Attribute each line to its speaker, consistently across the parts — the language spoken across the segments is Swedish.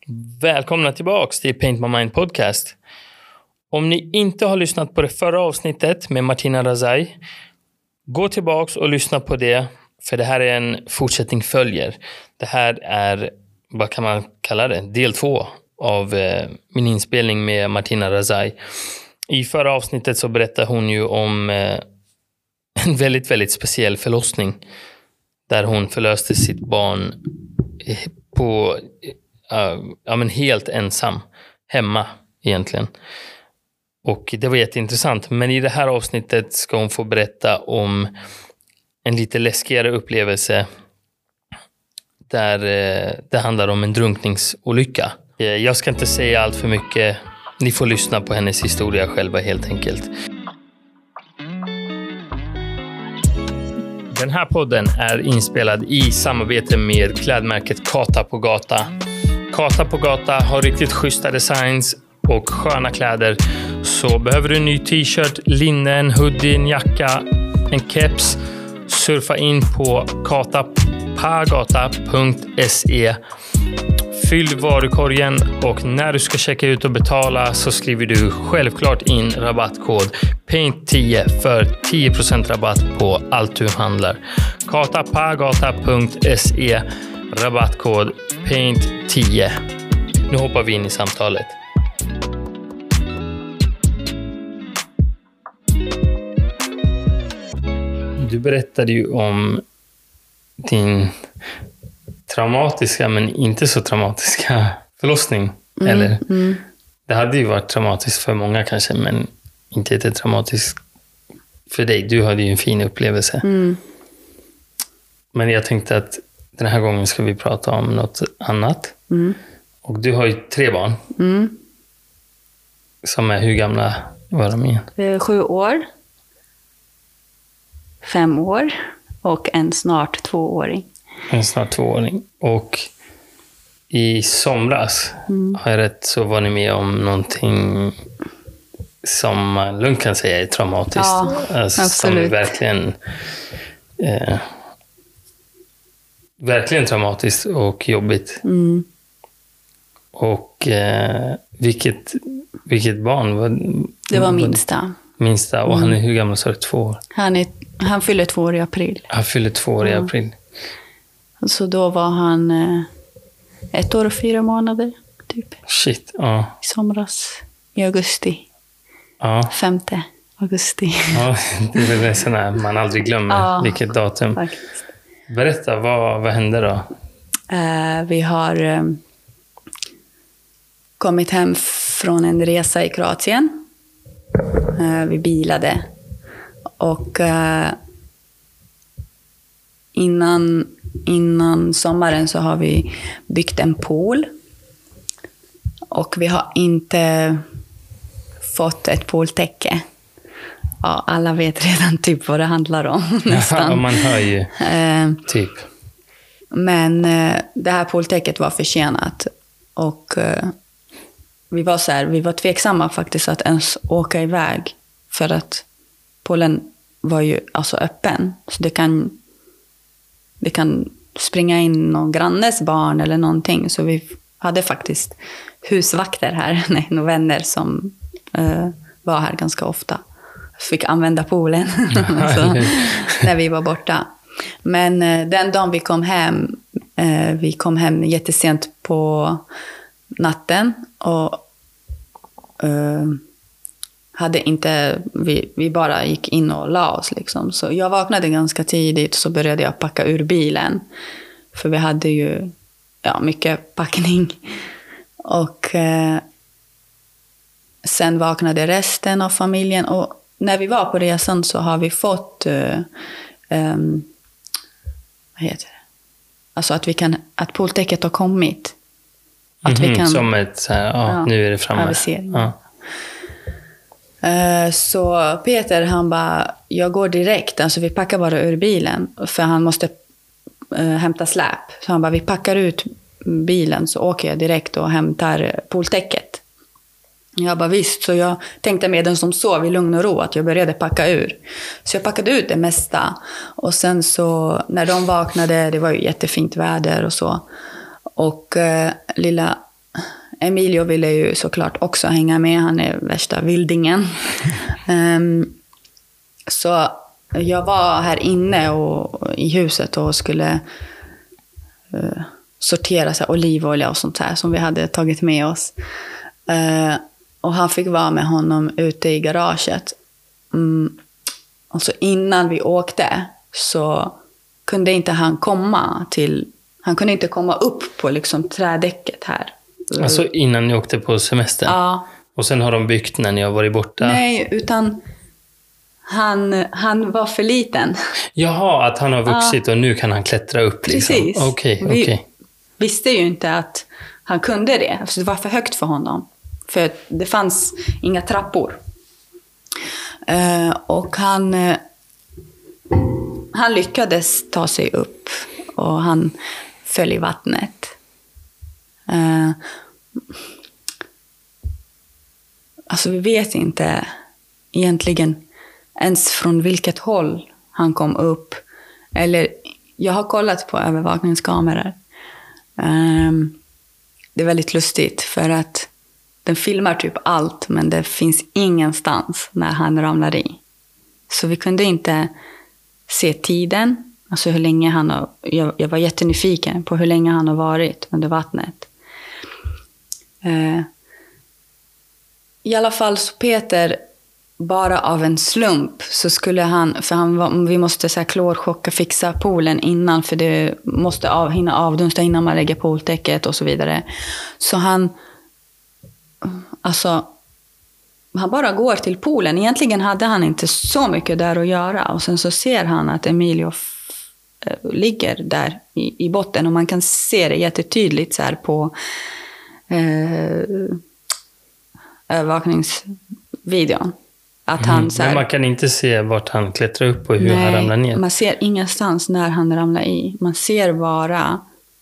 Speaker 1: Välkomna tillbaks till Paint My Mind podcast. Om ni inte har lyssnat på det förra avsnittet med Martina Razai, gå tillbaks och lyssna på det, för det här är en fortsättning följer. Det här är, vad kan man kalla det, del 2 av min inspelning med Martina Razai. I förra avsnittet så berättade hon ju om en väldigt, väldigt speciell förlossning där hon förlöste sitt barn på men helt ensam hemma egentligen. Och det var jätteintressant. Men i det här avsnittet ska hon få berätta om en lite läskigare upplevelse där det handlar om en drunkningsolycka. Jag ska inte säga allt för mycket. Ni får lyssna på hennes historia själva helt enkelt. Den här podden är inspelad i samarbete med klädmärket Kata på Gata. Kata på Gata har riktigt schyssta designs och sköna kläder. Så behöver du en ny t-shirt, linne, en hoodie, en jacka, en keps, surfa in på katapagata.se. Fyll varukorgen och när du ska checka ut och betala så skriver du självklart in rabattkod PAINT10 för 10% rabatt på allt du handlar. katapagata.se, rabattkod PAINT10. Nu hoppar vi in i samtalet. Du berättade ju om din traumatiska men inte så traumatiska förlossning. Eller? Det hade ju varit traumatiskt för många kanske, men inte jättetraumatiskt för dig. Du hade ju en fin upplevelse. Men jag tänkte att den här gången ska vi prata om något annat. Och du har ju 3 barn. Som är hur gamla var de igen?
Speaker 2: 7 år. 5 år. Och en snart 2-åring.
Speaker 1: En snart 2-åring. Och i somras, har jag rätt, så var ni med om någonting som man lugnt kan säga är traumatiskt.
Speaker 2: Ja,
Speaker 1: alltså,
Speaker 2: absolut.
Speaker 1: som är verkligen traumatiskt och jobbigt. Och vilket barn var
Speaker 2: Det var minsta.
Speaker 1: Minsta. Och han är hur gammal, så är det 2 år?
Speaker 2: Han fyller 2 år i april.
Speaker 1: Han fyller 2 år i april.
Speaker 2: Så då var han 1 år och 4 månader, typ.
Speaker 1: Shit, ja.
Speaker 2: I somras, i augusti.
Speaker 1: Ja.
Speaker 2: 5 augusti.
Speaker 1: Ja, det är väl sån här man aldrig glömmer vilket datum.
Speaker 2: Faktiskt.
Speaker 1: Berätta, vad hände då?
Speaker 2: Vi har kommit hem från en resa i Kroatien. Vi bilade. Och innan sommaren så har vi byggt en pool. Och vi har inte fått ett pooltäcke. Ja, alla vet redan typ vad det handlar om. Nästan.
Speaker 1: Ja, man hör ju typ.
Speaker 2: Men det här pooltäcket var försenat. Och vi var tveksamma faktiskt att ens åka iväg. För att poolen var ju alltså öppen. Så det kan springa in någon grannes barn eller någonting. Så vi hade faktiskt husvakter här. Några vänner som var här ganska ofta. Fick använda poolen så, när vi var borta. Men den dagen vi kom hem jättesent på natten. Och hade inte, vi bara gick in och la oss liksom. Så jag vaknade ganska tidigt, så började jag packa ur bilen. För vi hade ju mycket packning. Och sen vaknade resten av familjen. Och när vi var på resan så har vi fått vad heter det? Alltså att pooltäcket har kommit. Att vi kan,
Speaker 1: som ett så här, nu är det framme.
Speaker 2: Ja. Så Peter, han bara, jag går direkt. Alltså vi packar bara ur bilen. För han måste hämta släp. Så han bara, vi packar ut bilen så åker jag direkt och hämtar pooltäcket. Jag bara visst, så jag tänkte med den som sov i lugn och ro att jag började packa ur. Så jag packade ut det mesta. Och sen så när de vaknade, det var ju jättefint väder och så. Och lilla Emilio ville ju såklart också hänga med. Han är värsta vildingen. Så jag var här inne i huset och skulle sortera så här, olivolja och sånt här som vi hade tagit med oss. Och han fick vara med honom ute i garaget. Och så innan vi åkte så kunde inte han komma till... Han kunde inte komma upp på liksom trädäcket här.
Speaker 1: Alltså innan ni åkte på semestern?
Speaker 2: Ja.
Speaker 1: Och sen har de byggt när ni har varit borta?
Speaker 2: Nej, utan han var för liten.
Speaker 1: Jaha, att han har vuxit och nu kan han klättra upp liksom.
Speaker 2: Precis.
Speaker 1: Okej.
Speaker 2: Visste ju inte att han kunde det. Alltså det var för högt för honom. För det fanns inga trappor. Och han lyckades ta sig upp. Och han föll i vattnet. Alltså vi vet inte egentligen ens från vilket håll han kom upp. Eller jag har kollat på övervakningskameror. Det är väldigt lustigt för att den filmar typ allt, men det finns ingenstans när han ramlar i. Så vi kunde inte se tiden, alltså hur länge han har... Jag var jättenyfiken på hur länge han har varit under vattnet. I alla fall så Peter, bara av en slump så skulle han... För vi måste så här klorchocka, fixa poolen innan, för det måste hinna avdunsta innan man lägger pooltäcket och så vidare. Så han bara går till poolen. Egentligen hade han inte så mycket där att göra. Och sen så ser han att Emilio ligger där i botten. Och man kan se det jättetydligt så här på övervakningsvideon. Att han så här,
Speaker 1: men man kan inte se vart han klättrar upp och hur han ramlar ner.
Speaker 2: Man ser ingenstans när han ramlar i. Man ser bara...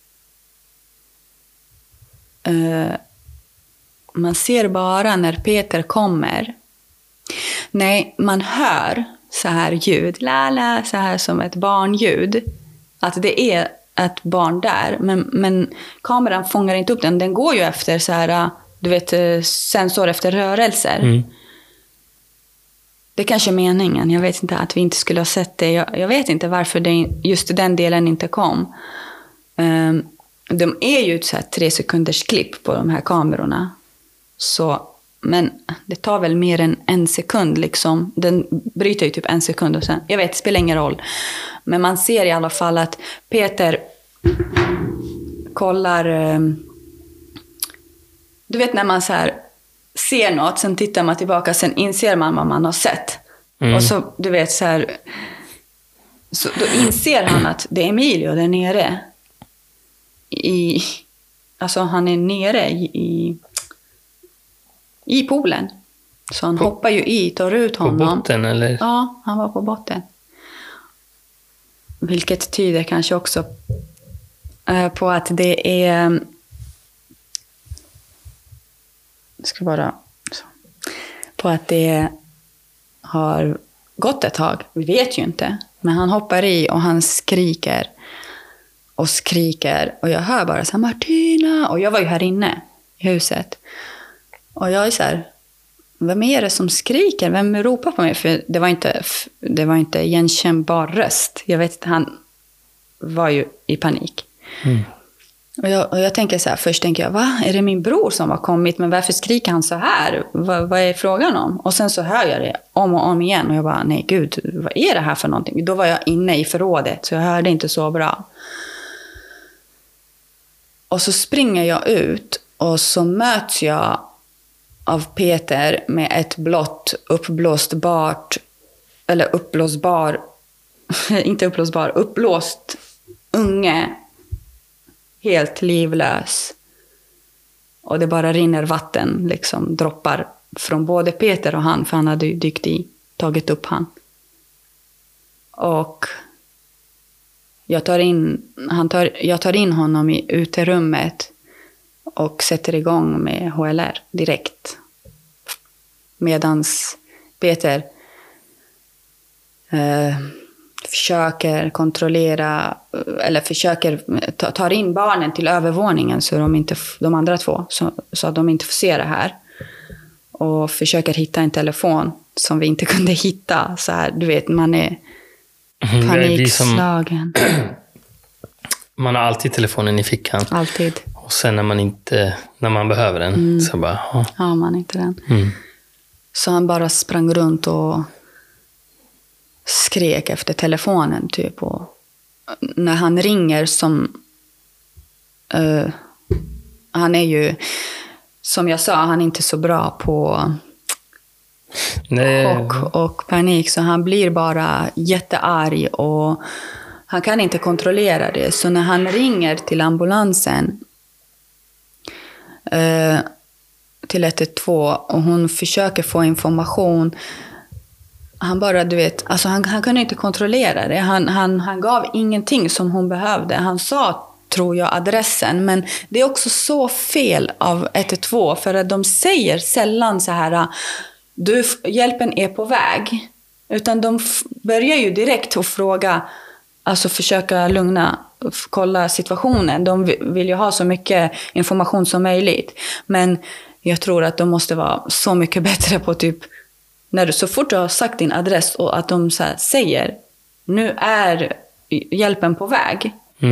Speaker 2: Man ser bara när Peter kommer. Nej, man hör så här ljud. La, så här som ett barnljud. Att det är ett barn där. Men kameran fångar inte upp den. Den går ju efter så här, du vet, sensor efter rörelser. Det kanske är meningen. Jag vet inte att vi inte skulle ha sett det. Jag vet inte varför just den delen inte kom. De är ju så här 3 sekunders klipp på de här kamerorna. Så, men det tar väl mer än 1 sekund liksom. Den bryter ju typ 1 sekund och sen, jag vet, det spelar ingen roll. Men man ser i alla fall att Peter kollar, du vet när man så här ser något, sen tittar man tillbaka, sen inser man vad man har sett. Och så, du vet så här, så då inser han att det är Emilio där nere. Alltså han är nere i poolen. Så han hoppar ju tar ut honom.
Speaker 1: På botten eller?
Speaker 2: Ja, han var på botten. Vilket tyder kanske också på att det är... Ska bara... På att det har gått ett tag. Vi vet ju inte. Men han hoppar i och han skriker. Och skriker. Och jag hör bara så här, Martina. Och jag var ju här inne i huset. Och jag är så här, vem är det som skriker? Vem ropar på mig? För det var inte igenkännbar röst. Jag vet att han var ju i panik. Och jag tänker så här, först tänker jag, va? Är det min bror som har kommit? Men varför skriker han så här? Vad är frågan om? Och sen så hör jag det om och om igen. Och jag bara, nej gud, vad är det här för någonting? Då var jag inne i förrådet, så jag hörde inte så bra. Och så springer jag ut och så möts jag av Peter med ett blått uppblåst unge, helt livlös. Och det bara rinner vatten, liksom droppar från både Peter och han, för han hade ju tagit upp han. Och jag tar in honom i uterummet och sätter igång med HLR direkt. Medans Peter försöker kontrollera eller försöker ta in barnen till övervåningen så de andra två så att de inte får se det här. Och försöker hitta en telefon som vi inte kunde hitta. Så här, du vet, man är panikslagen.
Speaker 1: Man har alltid telefonen i fickan.
Speaker 2: Alltid.
Speaker 1: Och sen när man behöver den så bara...
Speaker 2: Ja, man inte den. Så han bara sprang runt och skrek efter telefonen typ. Och när han ringer han är ju, som jag sa, han är inte så bra på chock och panik. Så han blir bara jättearg och han kan inte kontrollera det. Så när han ringer till ambulansen till 112 och hon försöker få information, han bara, du vet, alltså han kunde inte kontrollera det. Han gav ingenting som hon behövde. Han sa, tror jag, adressen, men det är också så fel av 112 för att de säger sällan så här, hjälpen är på väg, utan de börjar ju direkt att fråga, alltså försöka lugna, kolla situationen. De vill ju ha så mycket information som möjligt. Men jag tror att de måste vara så mycket bättre på typ, när du så fort du har sagt din adress och att de så här säger, nu är hjälpen på väg.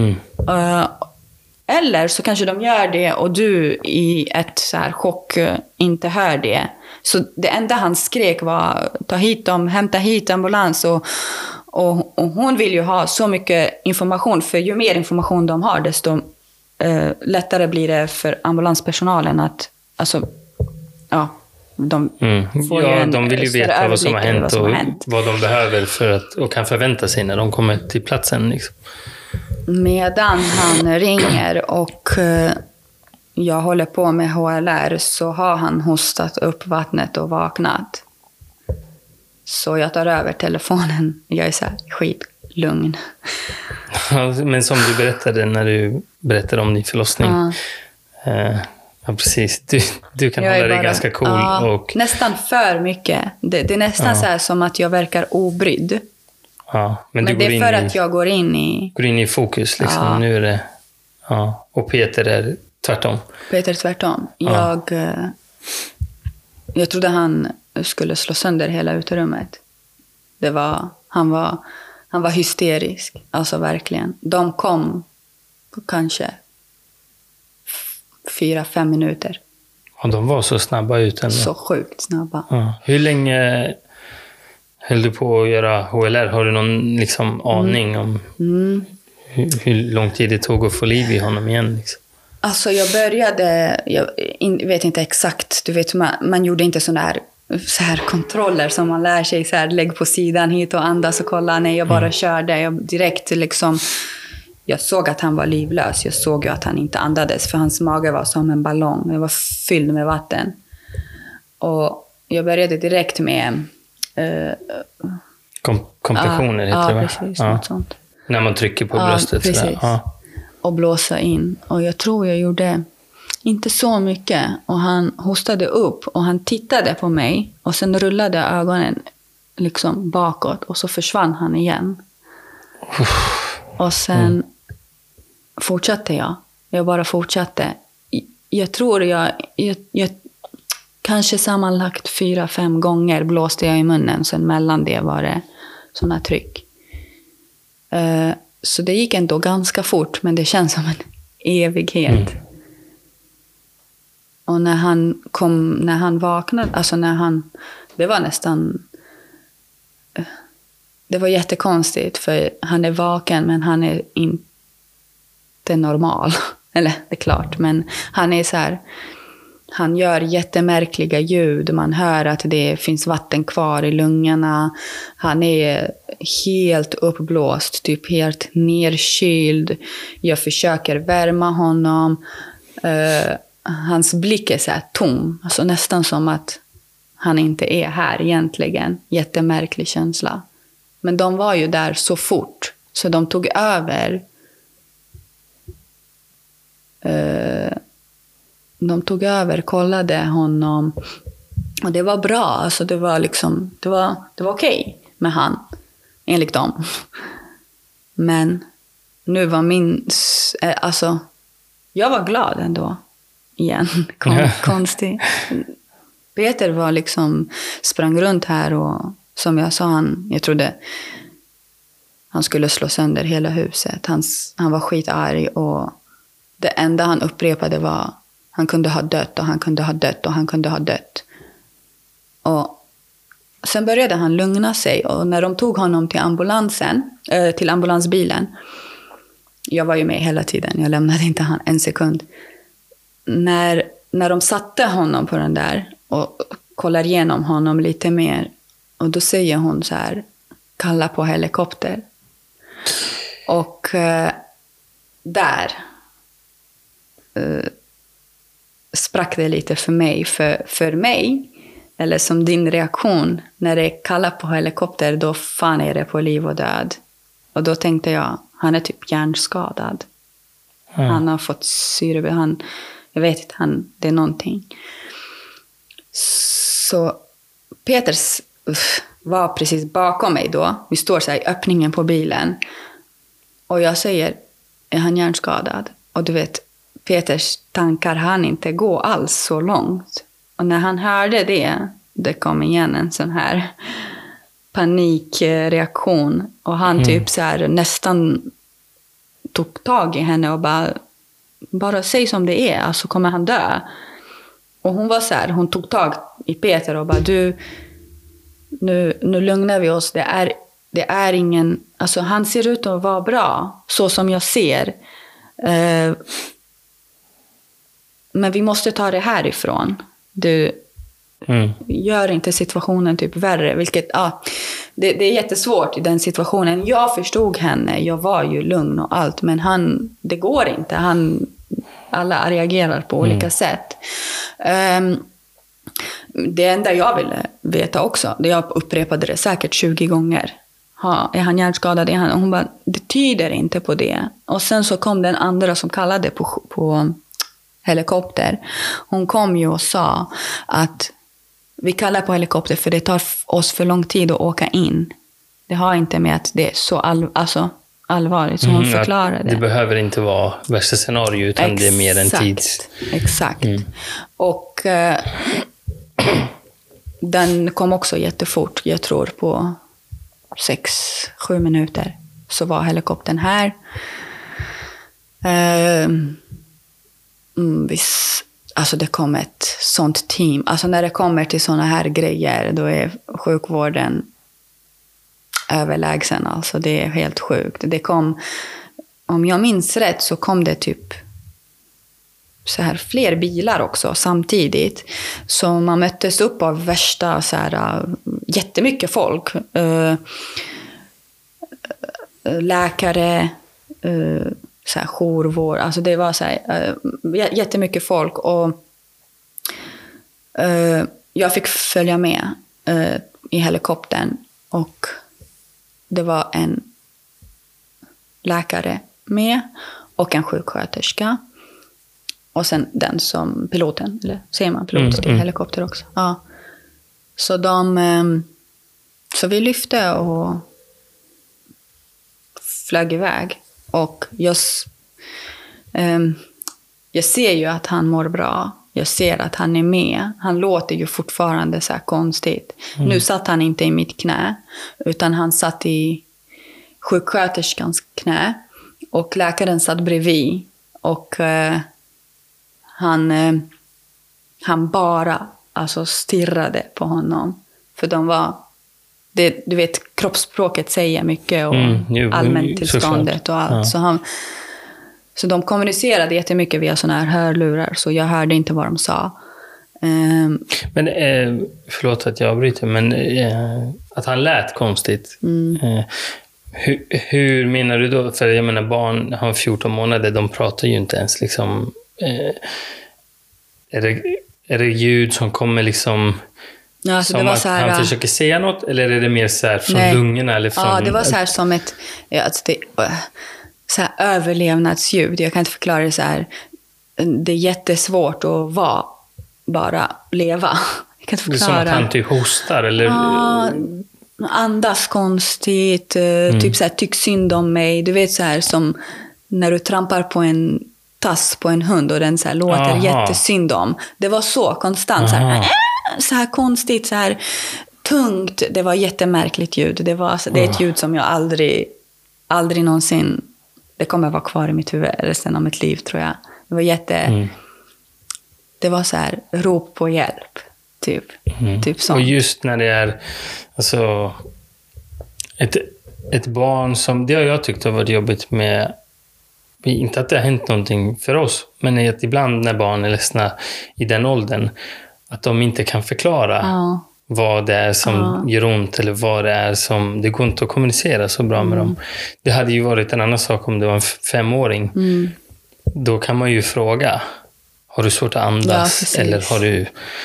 Speaker 2: Eller så kanske de gör det och du i ett så här chock inte hör det. Så det enda han skrek var, ta hit dem, hämta hit ambulans. Och hon vill ju ha så mycket information, för ju mer information de har desto lättare blir det för ambulanspersonalen att, alltså, ja, de får
Speaker 1: de vill ju veta vad som har hänt och vad de behöver och kan förvänta sig när de kommer till platsen liksom.
Speaker 2: Medan han ringer och jag håller på med HLR så har han hostat upp vattnet och vaknat. Så jag tar över telefonen. Jag är så här skitlugn.
Speaker 1: Men som du berättade när du berättade om din förlossning. Ja, precis. Du kan hålla dig ganska cool.
Speaker 2: Ja,
Speaker 1: och
Speaker 2: nästan för mycket. Det är nästan så här som att jag verkar obrydd.
Speaker 1: Ja, men
Speaker 2: det är för att jag går in i
Speaker 1: fokus. Liksom. Ja. Nu är det... Ja. Och Peter är tvärtom.
Speaker 2: Peter är tvärtom. Ja. Jag trodde han skulle slå sönder hela uterummet. Han var hysterisk. Alltså verkligen. De kom på kanske 4-5 minuter.
Speaker 1: Och de var så snabba ut ändå.
Speaker 2: Så sjukt snabba.
Speaker 1: Ja. Hur länge höll du på att göra HLR? Har du någon liksom aning om hur lång tid det tog att få liv i honom igen? Liksom?
Speaker 2: Alltså jag började, jag vet inte exakt, du vet man gjorde inte så här kontroller som man lär sig, så här, lägg på sidan hit och andas och kolla. Nej, jag bara körde. Jag direkt liksom, jag såg att han var livlös. Jag såg ju att han inte andades, för hans mage var som en ballong. Det var fylld med vatten. Och jag började direkt med
Speaker 1: kompressioner heter det, va?
Speaker 2: Precis, något sånt.
Speaker 1: När man trycker på bröstet.
Speaker 2: Precis. Och blåsa in. Och jag tror jag gjorde inte så mycket. Och han hostade upp och han tittade på mig. Och sen rullade ögonen liksom bakåt. Och så försvann han igen. Och sen fortsatte jag. Jag bara fortsatte. Jag tror jag kanske sammanlagt 4-5 gånger blåste jag i munnen. Sen mellan det var det sådana tryck. Så det gick ändå ganska fort. Men det känns som en evighet. Och när han vaknade, alltså det var nästan, det var jättekonstigt, för han är vaken men han är inte normal. Eller det är klart, men han är så här, han gör jättemärkliga ljud. Man hör att det finns vatten kvar i lungorna. Han är helt uppblåst, typ helt nerkyld. Jag försöker värma honom. Hans blick är så här tom. Alltså nästan som att han inte är här egentligen. Jättemärklig känsla. Men de var ju där så fort. Så de tog över. Kollade honom. Och det var bra. Alltså det var liksom, det var okej med han. enligt dem. Men nu var alltså, jag var glad ändå. Igen, konstigt. Peter var liksom, sprang runt här och som jag sa, jag trodde han skulle slå sönder hela huset. Han var skitarg och det enda han upprepade var han kunde ha dött och han kunde ha dött och han kunde ha dött. Och sen började han lugna sig och när de tog honom till till ambulansbilen, jag var ju med hela tiden, jag lämnade inte han en sekund. När de satte honom på den där och kollar igenom honom lite mer och då säger hon så här, kalla på helikopter. Och där sprack det lite för mig. För mig, eller som din reaktion, när det är kalla på helikopter, då fan är det på liv och död. Och då tänkte jag, han är typ hjärnskadad. Han har fått syre, jag vet inte, det är någonting. Så Peters var precis bakom mig då. Vi står så här i öppningen på bilen. Och jag säger, är han hjärnskadad? Och du vet, Peters tankar hann inte gå alls så långt. Och när han hörde det kom igen en sån här panikreaktion. Och han typ så här nästan tog tag i henne och bara säg som det är, alltså kommer han dö. Och hon var så här, hon tog tag i Peter och bara, nu lugnar vi oss, det är ingen, alltså han ser ut att vara bra, så som jag ser. Men vi måste ta det härifrån. Du gör inte situationen typ värre, vilket, det är jättesvårt i den situationen. Jag förstod henne, jag var ju lugn och allt, men det går inte, alla reagerar på olika sätt. Det enda jag ville veta också, det jag upprepade det säkert 20 gånger. Är han hjärnskadad? Och hon bara, det tyder inte på det. Och sen så kom den andra som kallade på helikopter. Hon kom ju och sa att vi kallar på helikopter för det tar oss för lång tid att åka in. Det har inte med att det är så allvarligt, så hon förklarade.
Speaker 1: Det behöver inte vara värsta scenario, utan det är mer en tid.
Speaker 2: Exakt. Och den kom också jättefort. Jag tror på 6-7 minuter så var helikoptern här. Alltså det kom ett sånt team. Alltså när det kommer till såna här grejer, då är sjukvården överlägsen. Alltså det är helt sjukt. Det kom, om jag minns rätt, så kom det typ så här fler bilar också samtidigt. Så man möttes upp av värsta så här, jättemycket folk. Läkare, så här jourvård. Alltså det var så här, jättemycket folk. Och jag fick följa med i helikoptern. Och det var en läkare med och en sjuksköterska. Och sen den som piloten, eller ser man pilot till helikopter också. Ja. Så vi lyfte och flög iväg. Och jag ser ju att han mår bra. Jag ser att han är med. Han låter ju fortfarande så här konstigt. Nu satt han inte i mitt knä, utan han satt i sjuksköterskans knä. Och läkaren satt bredvid. Och han bara alltså stirrade på honom. För de var... du vet, kroppsspråket säger mycket och allmäntillståndet och allt. Ja. Så de kommunicerade jättemycket via såna här hörlurar. Så jag hörde inte vad de sa.
Speaker 1: Men förlåt att jag avbryter, men att han lät konstigt. Hur menar du då? För jag menar, barn har 14 månader, de pratar ju inte ens liksom. Är det ljud som kommer liksom...
Speaker 2: Ja, alltså
Speaker 1: som
Speaker 2: det var
Speaker 1: att
Speaker 2: så här,
Speaker 1: han försöker säga något, eller är det mer så här från lungorna? Eller från...
Speaker 2: Ja, det var så här som ett så här överlevnadsljud. Jag kan inte förklara det så här. Det är jättesvårt att bara leva. Jag kan inte förklara.
Speaker 1: Det är som att han typ hostar, eller?
Speaker 2: andas konstigt, typ så här, tyck synd om mig. Du vet så här som när du trampar på en tass på en hund och den så här låter jättesynd om. Det var så konstant, så här konstigt, så här tungt. Det var jättemärkligt ljud. Det är ett ljud som jag aldrig någonsin, det kommer vara kvar i mitt huvud resten av mitt liv, tror jag. Det var det var så här rop på hjälp, typ. Typ sånt.
Speaker 1: Och just när det är alltså ett barn som, det har jag tyckt har varit jobbigt med, inte att det har hänt någonting för oss, men att ibland när barn är ledsna i den åldern, att de inte kan förklara vad det är som gör ont, eller vad det är som, det går inte att kommunicera så bra med dem. Det hade ju varit en annan sak om det var en 5-åring. Då kan man ju fråga, har du svårt att andas, eller har du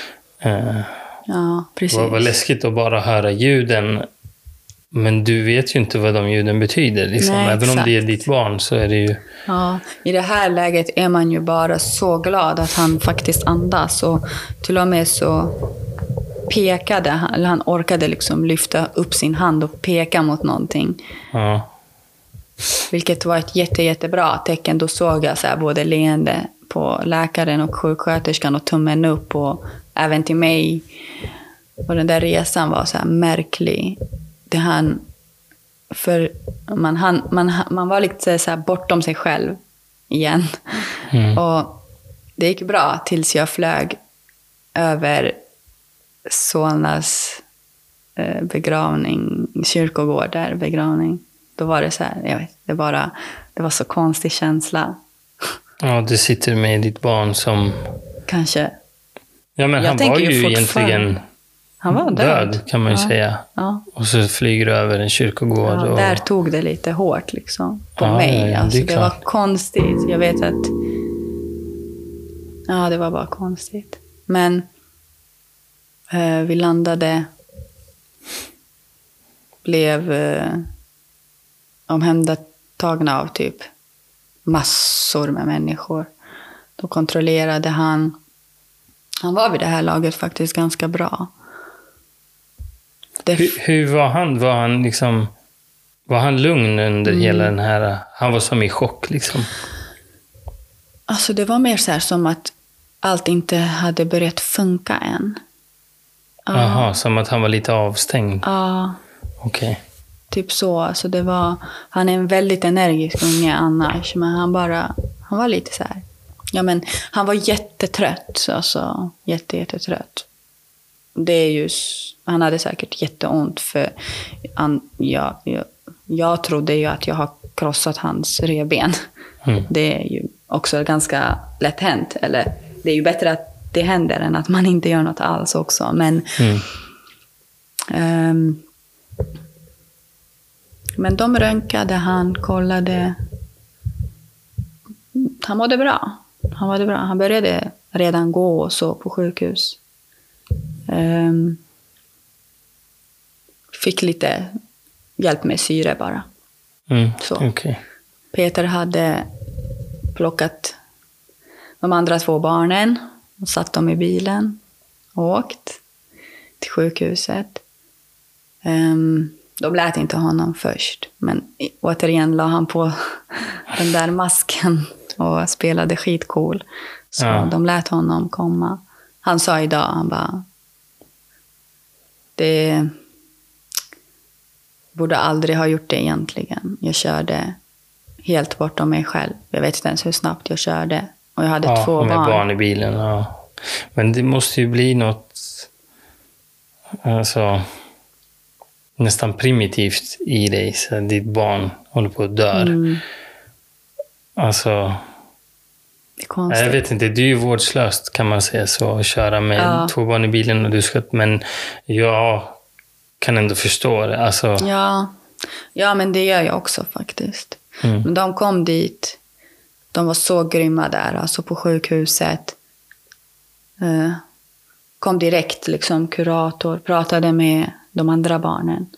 Speaker 2: precis.
Speaker 1: Vad läskigt att bara höra ljuden, men du vet ju inte vad de ljuden betyder liksom.
Speaker 2: Nej,
Speaker 1: även om det är ditt barn, så är det ju
Speaker 2: i det här läget är man ju bara så glad att han faktiskt andas, och till och med så pekade eller han orkade liksom lyfta upp sin hand och peka mot någonting. Vilket var ett jättebra tecken. Då såg jag så här både leende på läkaren och sjuksköterskan och tummen upp, och även till mig. Och den där resan var så här märklig. För man var lite så här bortom sig själv igen. Och det gick bra tills jag flög över Solnas begravning, kyrkogård där, begravning. Då var det så här, jag vet, det var så konstig känsla.
Speaker 1: Ja, du sitter med ditt barn som
Speaker 2: kanske.
Speaker 1: Ja, men han var ju egentligen
Speaker 2: han var
Speaker 1: död kan man ju säga. Och så flyger du över en kyrkogård. Och
Speaker 2: där tog det lite hårt liksom på mig. Alltså, det var konstigt. Jag vet att det var bara konstigt. Men vi landade, blev omhändertagna av typ massor med människor. Då kontrollerade han var vid det här laget faktiskt ganska bra.
Speaker 1: Hur var han? Var han lugn under hela den här, han var som i chock liksom?
Speaker 2: Alltså det var mer så här som att allt inte hade börjat funka än.
Speaker 1: Jaha, som att han var lite avstängd.
Speaker 2: Ja.
Speaker 1: Okej.
Speaker 2: Typ så. Alltså det var, han är en väldigt energisk unge annars. Men han var lite så här. Ja, men han var jättetrött. Alltså jättetrött. Det är ju, han hade säkert jätteont. För jag trodde ju att jag har krossat hans revben. Det är ju också ganska lätt hänt. Eller det är ju bättre att det händer än att man inte gör något alls också. Men men de röntgade, han kollade. Han mådde bra. Han började redan gå och så på sjukhus. Fick lite hjälp med syre bara. Så.
Speaker 1: Okay.
Speaker 2: Peter hade plockat de andra 2 barnen och satt dem i bilen och åkt till sjukhuset. De lät inte honom först, men återigen la han på den där masken och spelade skitcool. Så de lät honom komma. Han sa idag, han bara, det borde aldrig ha gjort det egentligen. Jag körde helt bortom mig själv. Jag vet inte ens hur snabbt jag körde. Och jag hade 2 barn.
Speaker 1: Med barn i bilen, ja. Men det måste ju bli något alltså nästan primitivt i dig. Så ditt barn håller på att dö. Alltså,
Speaker 2: det är konstigt.
Speaker 1: Jag vet inte, det är ju vårdslöst kan man säga så. Att köra med 2 barn i bilen och du ska... Men jag kan ändå förstå det. Alltså.
Speaker 2: Ja, men det gör jag också faktiskt. Men de kom dit. De var så grymma där, alltså på sjukhuset. Kom direkt, liksom kurator. Pratade med de andra barnen.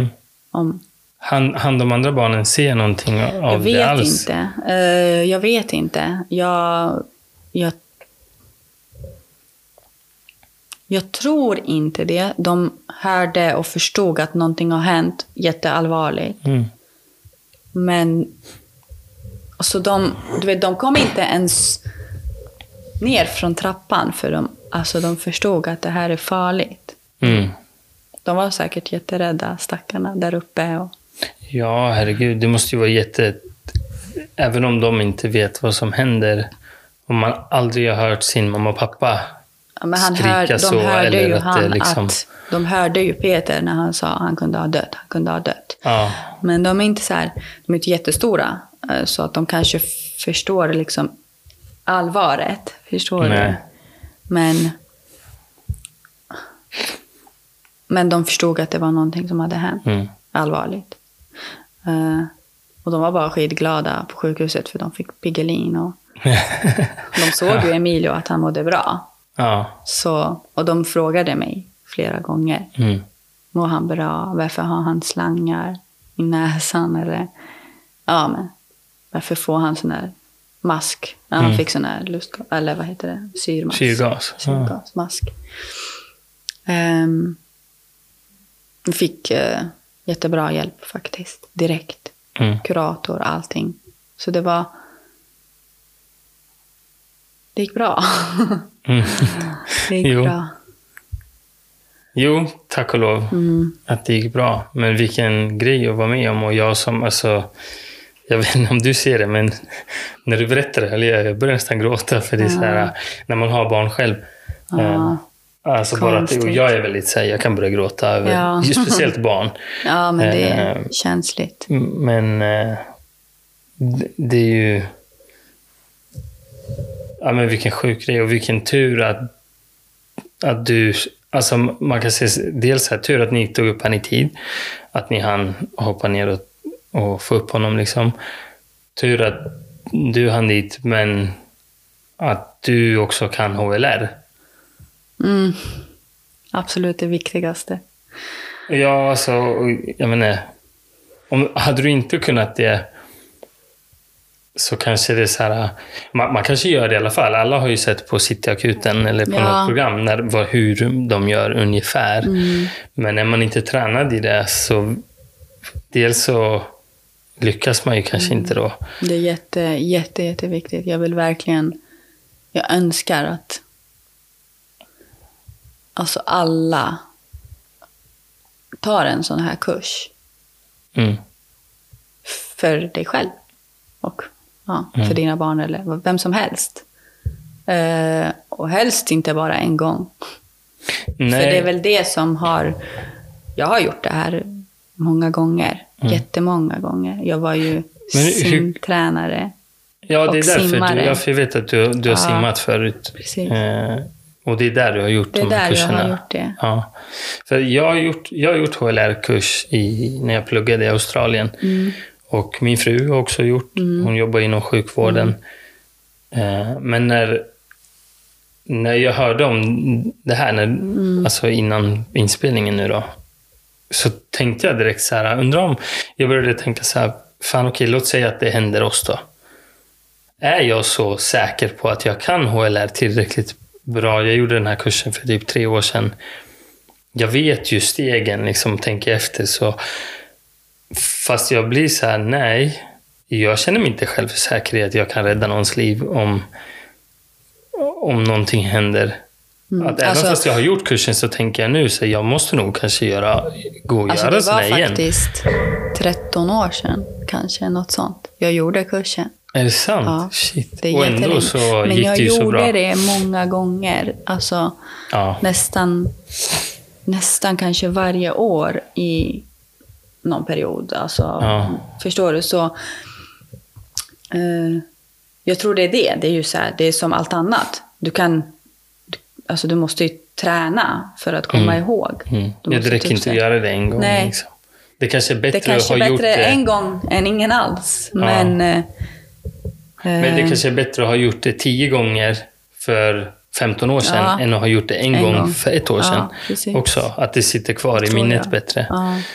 Speaker 2: Han
Speaker 1: de andra barnen se någonting av det alls?
Speaker 2: Jag vet inte. Jag Jag tror inte det. De hörde och förstod att någonting har hänt jätteallvarligt. Men alltså de kom inte ens ner från trappan för de förstod att det här är farligt. De var säkert jätterädda, stackarna där uppe.
Speaker 1: Ja, herregud, det måste ju vara även om de inte vet vad som händer, om man aldrig har hört sin mamma och pappa skrika så, eller att det liksom...
Speaker 2: De hörde ju Peter när han sa att han kunde ha dött.
Speaker 1: Ja.
Speaker 2: Men de är inte så här, de är inte jättestora, så att de kanske förstår liksom allvaret. Förstår du? Men de förstod att det var någonting som hade hänt. Allvarligt. Och de var bara skitglada på sjukhuset för de fick Piggelin. Och de såg ju Emilio att han mådde bra.
Speaker 1: Ja.
Speaker 2: Och de frågade mig flera gånger. Mår han bra? Varför har han slangar i näsan? Eller, men varför får han sån här mask? Han fick sån här eller vad heter det? Syrgasmask. Vi fick jättebra hjälp faktiskt. Direkt. Kurator, allting. Så det gick bra. Det gick bra.
Speaker 1: Jo, tack och lov att det gick bra. Men vilken grej att vara med om. Och jag som, jag vet inte om du ser det, men när du berättar det, eller jag börjar nästan gråta, för det är så här, när man har barn själv. Bara att, och jag är väldigt så här, jag kan börja gråta över, speciellt barn.
Speaker 2: Ja, men det är känsligt.
Speaker 1: Men det är ju, men vilken sjuk grej, och vilken tur att du, alltså man kan säga dels här, tur att ni tog upp han i tid, att ni hann hoppa ner och få upp honom liksom. Tur att du hann dit, men att du också kan HLR.
Speaker 2: Absolut det viktigaste.
Speaker 1: Ja, alltså, jag menar, hade du inte kunnat det, så kanske det är så här, man kanske gör det i alla fall. Alla har ju sett på Cityakuten eller på något program hur de gör ungefär. Men när man inte tränad i det, så dels så lyckas man ju kanske inte då.
Speaker 2: Det är jätteviktigt. Jag önskar att alla tar en sån här kurs för dig själv och för dina barn eller vem som helst. Och helst inte bara en gång. Nej. För det är väl det som jag har gjort det här många gånger. Jättemånga gånger. Jag var ju simtränare.
Speaker 1: Ja, det är därför jag vet att du har simmat förut.
Speaker 2: Precis.
Speaker 1: Och det är där du har gjort de här kurserna.
Speaker 2: Jag har gjort det.
Speaker 1: Ja. För jag har gjort HLR-kurs när jag pluggade i Australien. Och min fru har också gjort. Hon jobbar inom sjukvården. Men när jag hörde om det här, alltså innan inspelningen nu då, så tänkte jag direkt så här, jag började tänka så här, fan okej, låt säga att det händer oss då. Är jag så säker på att jag kan HLR tillräckligt bra? Jag gjorde den här kursen för typ 3 år sedan. Jag vet ju stegen, liksom, tänker efter så. Fast jag blir så här, nej. Jag känner mig inte själv säker i att jag kan rädda någons liv om någonting händer. Även fast jag har gjort kursen, så tänker jag nu så jag måste nog kanske göra sådär igen. Det var
Speaker 2: faktiskt 13 år sedan, kanske något sånt. Jag gjorde kursen.
Speaker 1: Är det sant?
Speaker 2: Ja,
Speaker 1: shit.
Speaker 2: Det är
Speaker 1: och ändå så gick det ju så bra. Men jag
Speaker 2: gjorde det många gånger. Alltså nästan kanske varje år i någon period. Alltså, förstår du? Så jag tror det är det. Det är ju så här, det är som allt annat. Du måste ju träna för att komma ihåg.
Speaker 1: Det räcker inte att göra det en gång.
Speaker 2: Nej.
Speaker 1: Liksom. Det kanske är bättre
Speaker 2: att ha gjort det. Det kanske är bättre en gång än ingen alls. Men
Speaker 1: det kanske är bättre att ha gjort det 10 gånger för 15 år sedan än att ha gjort det en gång för 1 år sedan. Också. Att det sitter kvar i minnet bättre.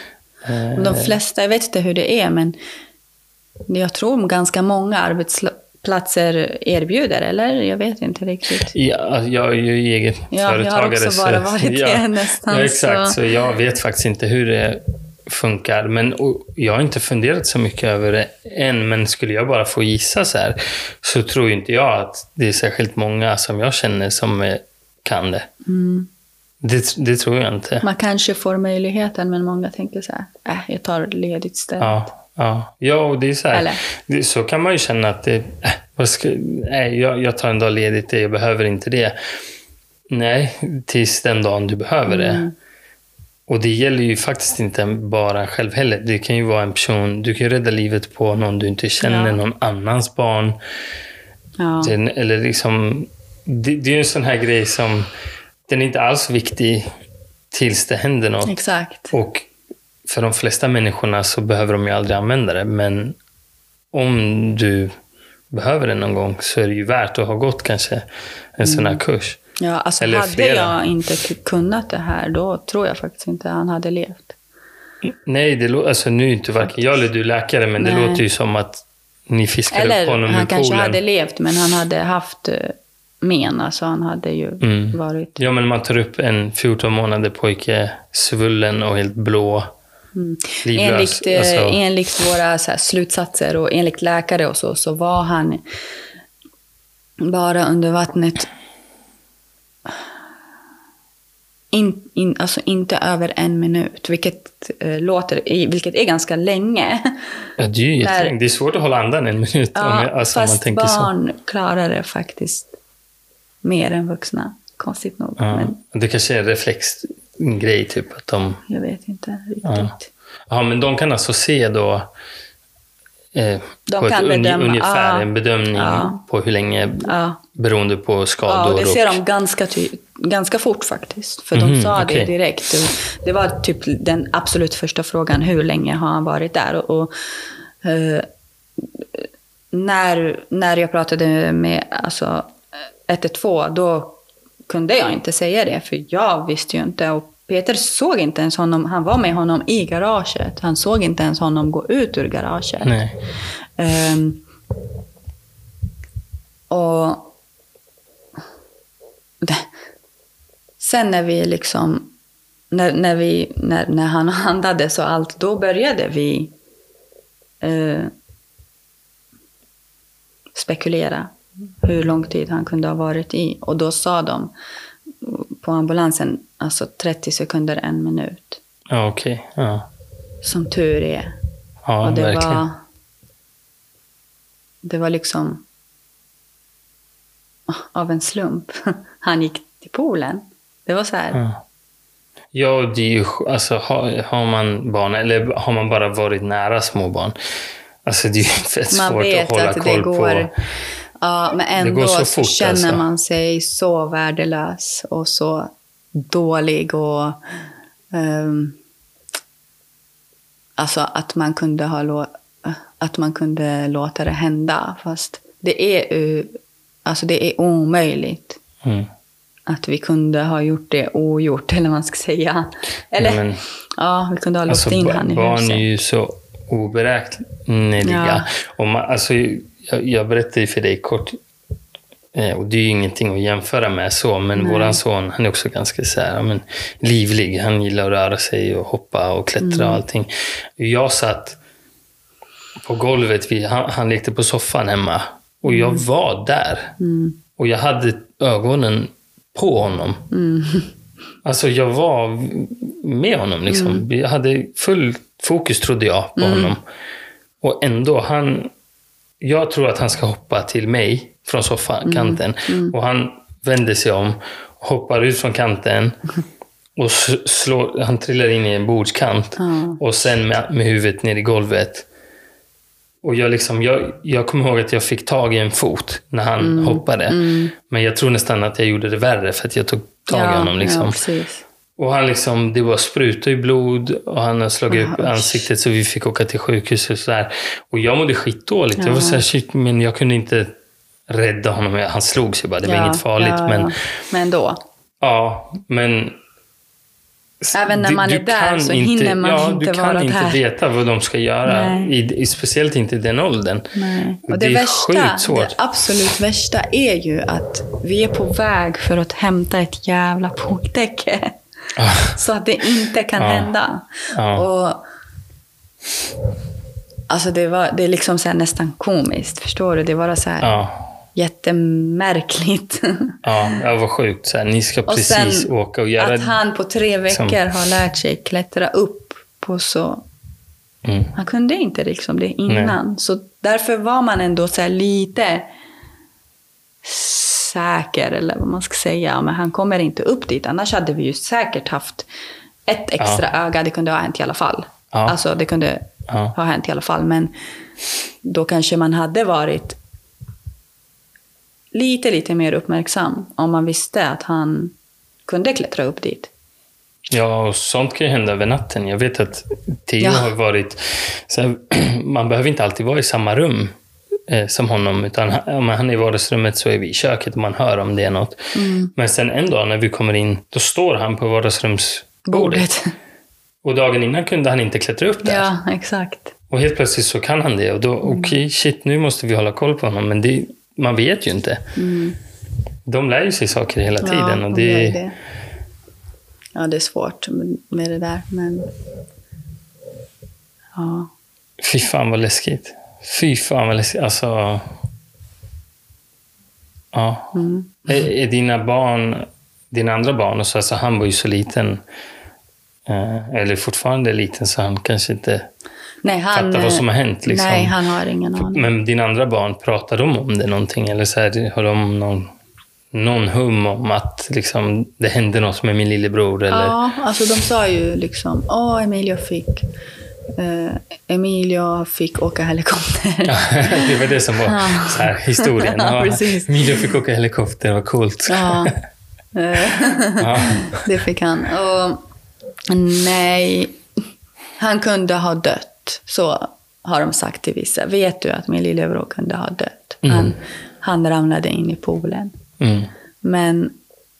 Speaker 2: De flesta, jag vet inte hur det är, men jag tror ganska många platser erbjuder, eller? Jag vet inte riktigt.
Speaker 1: Ja, jag är ju eget företagare.
Speaker 2: Jag har också bara varit det nästan.
Speaker 1: Ja, exakt. Så jag vet faktiskt inte hur det funkar. Men jag har inte funderat så mycket över det än. Men skulle jag bara få gissa så här, så tror inte jag att det är särskilt många som jag känner som kan det. Det tror jag inte.
Speaker 2: Man kanske får möjligheten, men många tänker så här, jag tar ledigt istället.
Speaker 1: Ja, och det är så här. Så kan man ju känna att jag tar en dag ledigt, jag behöver inte det. Nej, tills den dagen du behöver det. Och det gäller ju faktiskt inte bara själv heller. Det kan ju vara en person, du kan ju rädda livet på någon du inte känner, någon annans barn. Ja. Eller liksom, det är ju en sån här grej som, den är inte alls viktig tills det händer något.
Speaker 2: Exakt.
Speaker 1: Och för de flesta människorna så behöver de ju aldrig använda det. Men om du behöver det någon gång så är det ju värt att ha gått kanske en sån här kurs.
Speaker 2: Ja, alltså
Speaker 1: eller
Speaker 2: hade
Speaker 1: flera.
Speaker 2: Jag inte kunnat det här, då tror jag faktiskt inte han hade levt.
Speaker 1: Nej, alltså nu är inte varken jag eller du läkare, men det låter ju som att ni fiskar upp honom ur poolen.
Speaker 2: Eller han kanske hade levt, men han hade haft men, alltså han hade ju varit...
Speaker 1: Ja, men man tar upp en 14 månader pojke, svullen och helt blå. Livlös.
Speaker 2: Enligt våra så här, slutsatser och enligt läkare och så var han bara under vattnet alltså inte över 1 minut, vilket är ganska länge.
Speaker 1: Ja, det är ju jättelänge. Det är svårt att hålla andan 1 minut.
Speaker 2: Ja,
Speaker 1: fast
Speaker 2: man tänker barn klarar det faktiskt mer än vuxna, konstigt nog.
Speaker 1: Ja,
Speaker 2: men
Speaker 1: det kanske är en reflexgrej typ att de...
Speaker 2: Jag vet inte riktigt.
Speaker 1: Ja, men de kan alltså se då
Speaker 2: de
Speaker 1: på
Speaker 2: kan
Speaker 1: ungefär en bedömning på hur länge, beroende på skador.
Speaker 2: Ja, det ser de ganska fort faktiskt. För de sa det direkt. Det var typ den absolut första frågan, hur länge har han varit där? Och när jag pratade med 112, då kunde jag inte säga det, för jag visste ju inte. Och Peter såg inte ens honom, han var med honom i garaget. Han såg inte ens honom gå ut ur garaget.
Speaker 1: Nej.
Speaker 2: Och sen när vi liksom när han andades och allt, då började vi spekulera hur lång tid han kunde ha varit i. Och då sa de på ambulansen, alltså 30 sekunder, 1 minut.
Speaker 1: Ja, okej. Ja.
Speaker 2: Som tur är.
Speaker 1: Ja,
Speaker 2: och
Speaker 1: verkligen.
Speaker 2: Det var liksom av en slump. Han gick till poolen. Det var så här.
Speaker 1: Ja, det är ju, alltså har man barn, eller har man bara varit nära små barn, alltså det är ju fett svårt att hålla koll på.
Speaker 2: Ja, men ändå så känner man sig så värdelös och så dålig och alltså att man kunde låta det hända, fast det är omöjligt att vi kunde ha gjort det ogjort, eller man ska säga. Eller vi kunde ha låst in han i huset.
Speaker 1: Barn är ju så oberäkneliga. Och jag berättade för dig kort, och det är ju ingenting att jämföra med så, men våran son, han är också ganska så här, livlig. Han gillar att röra sig och hoppa och klättra och allting. Jag satt på golvet, han lekte på soffan hemma, och jag var där. Och jag hade ögonen på honom. Alltså jag var med honom liksom. Jag hade full fokus, trodde jag, på honom. Och ändå, jag tror att han ska hoppa till mig från soffkanten. Och han vänder sig om, hoppar ut från kanten och han trillar in i en bordskant. Och sen med huvudet ner i golvet. Och jag kommer ihåg att jag fick tag i en fot när han hoppade. Men jag tror nästan att jag gjorde det värre, för att jag tog tag i honom liksom.
Speaker 2: Ja, precis.
Speaker 1: Och han det var spruta i blod, och han har slagit upp ansiktet, så vi fick åka till sjukhus och så där. Och jag mådde skitdåligt. Jag var så här, shit, men jag kunde inte rädda honom. Han slog sig bara, det var inget farligt. Men
Speaker 2: ändå.
Speaker 1: Ja, men
Speaker 2: Även när man är där så hinner man inte vara där.
Speaker 1: Du kan inte veta vad de ska göra. Speciellt inte i den åldern.
Speaker 2: Nej. Och
Speaker 1: det är sjukt svårt.
Speaker 2: Det absolut värsta är ju att vi är på väg för att hämta ett jävla pooldäcke. Så att det inte kan hända. Och alltså det är liksom så här nästan komiskt, förstår du? Det var så här jättemärkligt.
Speaker 1: Ja, vad sjukt. Så här, ni ska precis åka och göra...
Speaker 2: Att han på 3 veckor har lärt sig klättra upp på så... Han kunde inte liksom det innan. Nej. Så därför var man ändå så här lite säker, eller vad man ska säga. Men han kommer inte upp dit. Annars hade vi ju säkert haft ett extra öga. Det kunde ha hänt i alla fall. Alltså det kunde ha hänt i alla fall. Men då kanske man hade varit lite mer uppmärksam om man visste att han kunde klättra upp dit.
Speaker 1: Ja, och sånt kan ju hända över natten. Jag vet att Theo har varit... Så här, man behöver inte alltid vara i samma rum som honom. Utan om han är i vardagsrummet så är vi i köket och man hör om det är något. Men sen en dag när vi kommer in, då står han på vardagsrumsbordet. Och dagen innan kunde han inte klättra upp där.
Speaker 2: Ja, exakt.
Speaker 1: Och helt plötsligt så kan han det. Och då, okej, shit, nu måste vi hålla koll på honom. Men man vet ju inte. De lär ju sig saker hela tiden. Och det.
Speaker 2: Ja, det är svårt med det där. Men
Speaker 1: Fy fan vad läskigt. Alltså... Ja. Är dina andra barn, och så, alltså, han var ju så liten... eller fortfarande liten, så han kanske inte fattar vad som har hänt. Liksom.
Speaker 2: Nej, han har ingen aning.
Speaker 1: Men dina andra barn, pratar de om det någonting? Eller så här, har de någon hum om att liksom, det hände något med min lillebror? Eller? Ja,
Speaker 2: alltså de sa ju liksom, Emilio fick åka helikopter.
Speaker 1: Det var det som var så här, historien. Ja, Emilio fick åka helikopter, vad coolt.
Speaker 2: Det fick han. Och nej, han kunde ha dött. Så har de sagt till vissa. Vet du att min lillebror kunde ha dött? Han ramlade in i poolen. Men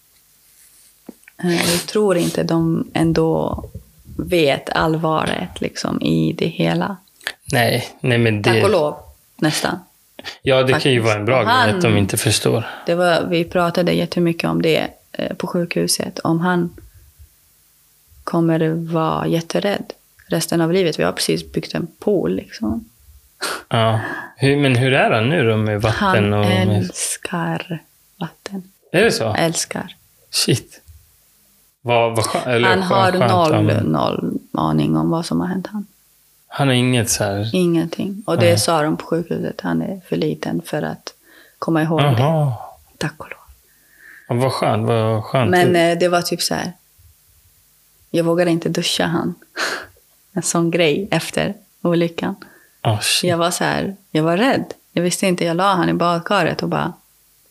Speaker 2: jag tror inte de ändå vet allvaret liksom, i det hela. Nej, men det... Tack och lov, nästan.
Speaker 1: Ja, det faktiskt kan ju vara en bra grej att de inte förstår.
Speaker 2: Vi pratade jättemycket om det på sjukhuset. Om han kommer vara jätterädd resten av livet. Vi har precis byggt en pool liksom.
Speaker 1: Ja. Men hur är han nu då med vatten?
Speaker 2: Han älskar vatten.
Speaker 1: Är det så?
Speaker 2: Älskar.
Speaker 1: Shit.
Speaker 2: Han har noll aning om vad som har hänt han.
Speaker 1: Han har inget så här...
Speaker 2: Ingenting. Och det sa de på sjukhuset. Han är för liten för att komma ihåg det. Tack och lov.
Speaker 1: Ja, vad skönt.
Speaker 2: Men det var typ så här. Jag vågade inte duscha han. En sån grej efter olyckan. Jag var så här. Jag var rädd. Jag visste inte. Jag la han i badkaret och bara...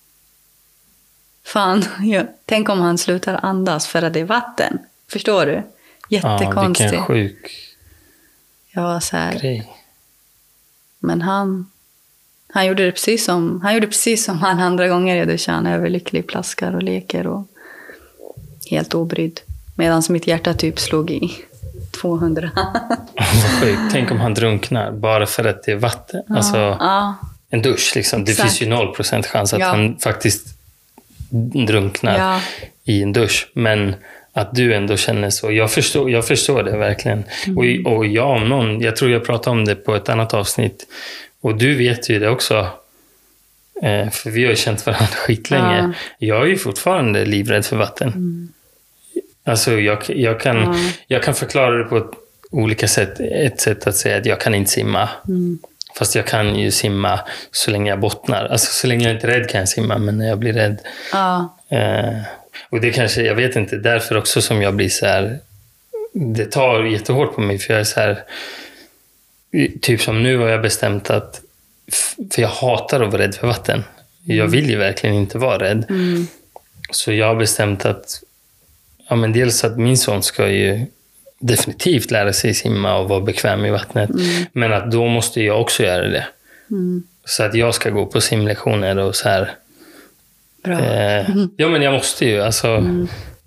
Speaker 2: Fan, tänk om han slutar andas för att det är vatten. Förstår du? Jättekonstigt.
Speaker 1: Vilken sjuk
Speaker 2: jag var så här.
Speaker 1: Grej.
Speaker 2: Men han gjorde det precis som han andra gånger jag duschade. Han överlycklig, plaskar och leker och helt obrydd. Medan mitt hjärta typ slog i 200.
Speaker 1: Vad sjukt. Tänk om han drunknar bara för att det är vatten. En dusch liksom. Det finns ju 0% chans att han faktiskt drunknar i en dusch. Men att du ändå känner så. Jag förstår det verkligen. Och jag om någon, jag tror jag pratade om det på ett annat avsnitt. Och du vet ju det också. För vi har ju känt varandra skitlänge. Jag är ju fortfarande livrädd för vatten. Alltså jag kan förklara det på olika sätt. Ett sätt att säga att jag kan inte simma. Fast jag kan ju simma så länge jag bottnar. Alltså så länge jag inte är rädd kan jag simma. Men när jag blir rädd. Och det kanske, jag vet inte, därför också som jag blir så här. Det tar jättehårt på mig. För jag är så här. Typ som nu har jag bestämt att. För jag hatar att vara rädd för vatten. Jag vill ju verkligen inte vara rädd. Så jag har bestämt att. Ja, men dels att min son ska ju definitivt lära sig simma och vara bekväm i vattnet. Men att då måste jag också göra det. Så att jag ska gå på simlektioner och så här.
Speaker 2: Bra.
Speaker 1: Ja, men jag måste ju. Alltså,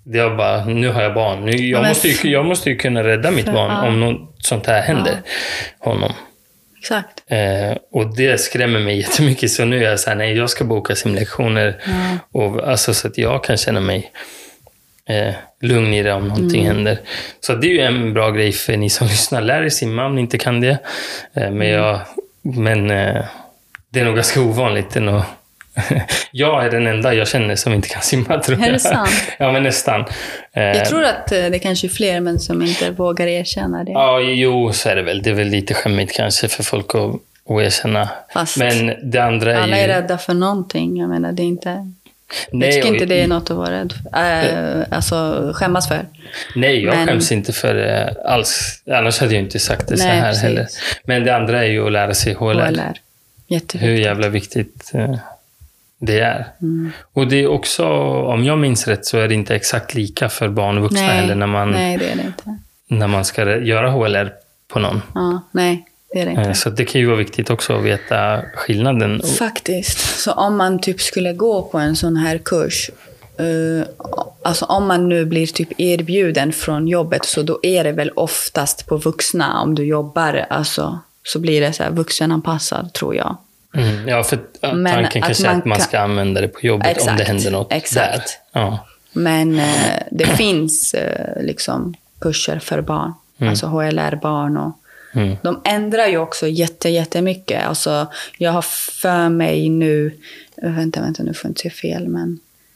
Speaker 1: Jag bara, nu har jag barn. Jag måste ju kunna rädda mitt barn om något sånt här händer honom.
Speaker 2: Exakt.
Speaker 1: Och det skrämmer mig jättemycket. Så nu är jag så här, nej, jag ska boka simlektioner. Och, alltså, så att jag kan känna mig lugn i det om någonting händer. Så det är ju en bra grej för ni som lyssnar. Lär er simma om ni inte kan det. Men det är nog ganska ovanligt. Jag är den enda jag känner som inte kan simma, tror jag.
Speaker 2: Är det sant?
Speaker 1: Ja, men nästan.
Speaker 2: Jag tror att det kanske är fler men som inte vågar erkänna det.
Speaker 1: Ja, jo, så är det väl. Det är väl lite skämmigt kanske för folk att erkänna.
Speaker 2: Fast
Speaker 1: men det andra är
Speaker 2: alla är rädda för någonting. Jag menar, det är inte...
Speaker 1: Nej,
Speaker 2: jag tycker inte det är något att vara rädd för. Alltså, skämmas för.
Speaker 1: Nej, jag skäms inte för det alls. Annars hade jag inte sagt det så här precis. Heller. Men det andra är ju att lära sig HLR.
Speaker 2: Jätteviktigt.
Speaker 1: Hur jävla viktigt det är. Och det är också, om jag minns rätt, så är det inte exakt lika för barn och vuxna heller
Speaker 2: nej, det är det inte.
Speaker 1: När man ska göra HLR på någon.
Speaker 2: Ja, nej, det är det inte.
Speaker 1: Så det kan ju vara viktigt också att veta skillnaden.
Speaker 2: Faktiskt. Så om man typ skulle gå på en sån här kurs, alltså om man nu blir typ erbjuden från jobbet, så då är det väl oftast på vuxna. Om du jobbar, alltså, så blir det så här vuxenanpassad, tror jag.
Speaker 1: Ja, för tanken kanske är att man ska använda det på jobbet. Exakt, om det händer något där. Ja.
Speaker 2: Men det finns liksom kurser för barn. Alltså HLR-barn. Och de ändrar ju också jättemycket. Alltså, jag har för mig nu... Vänta, nu får jag inte se fel. Men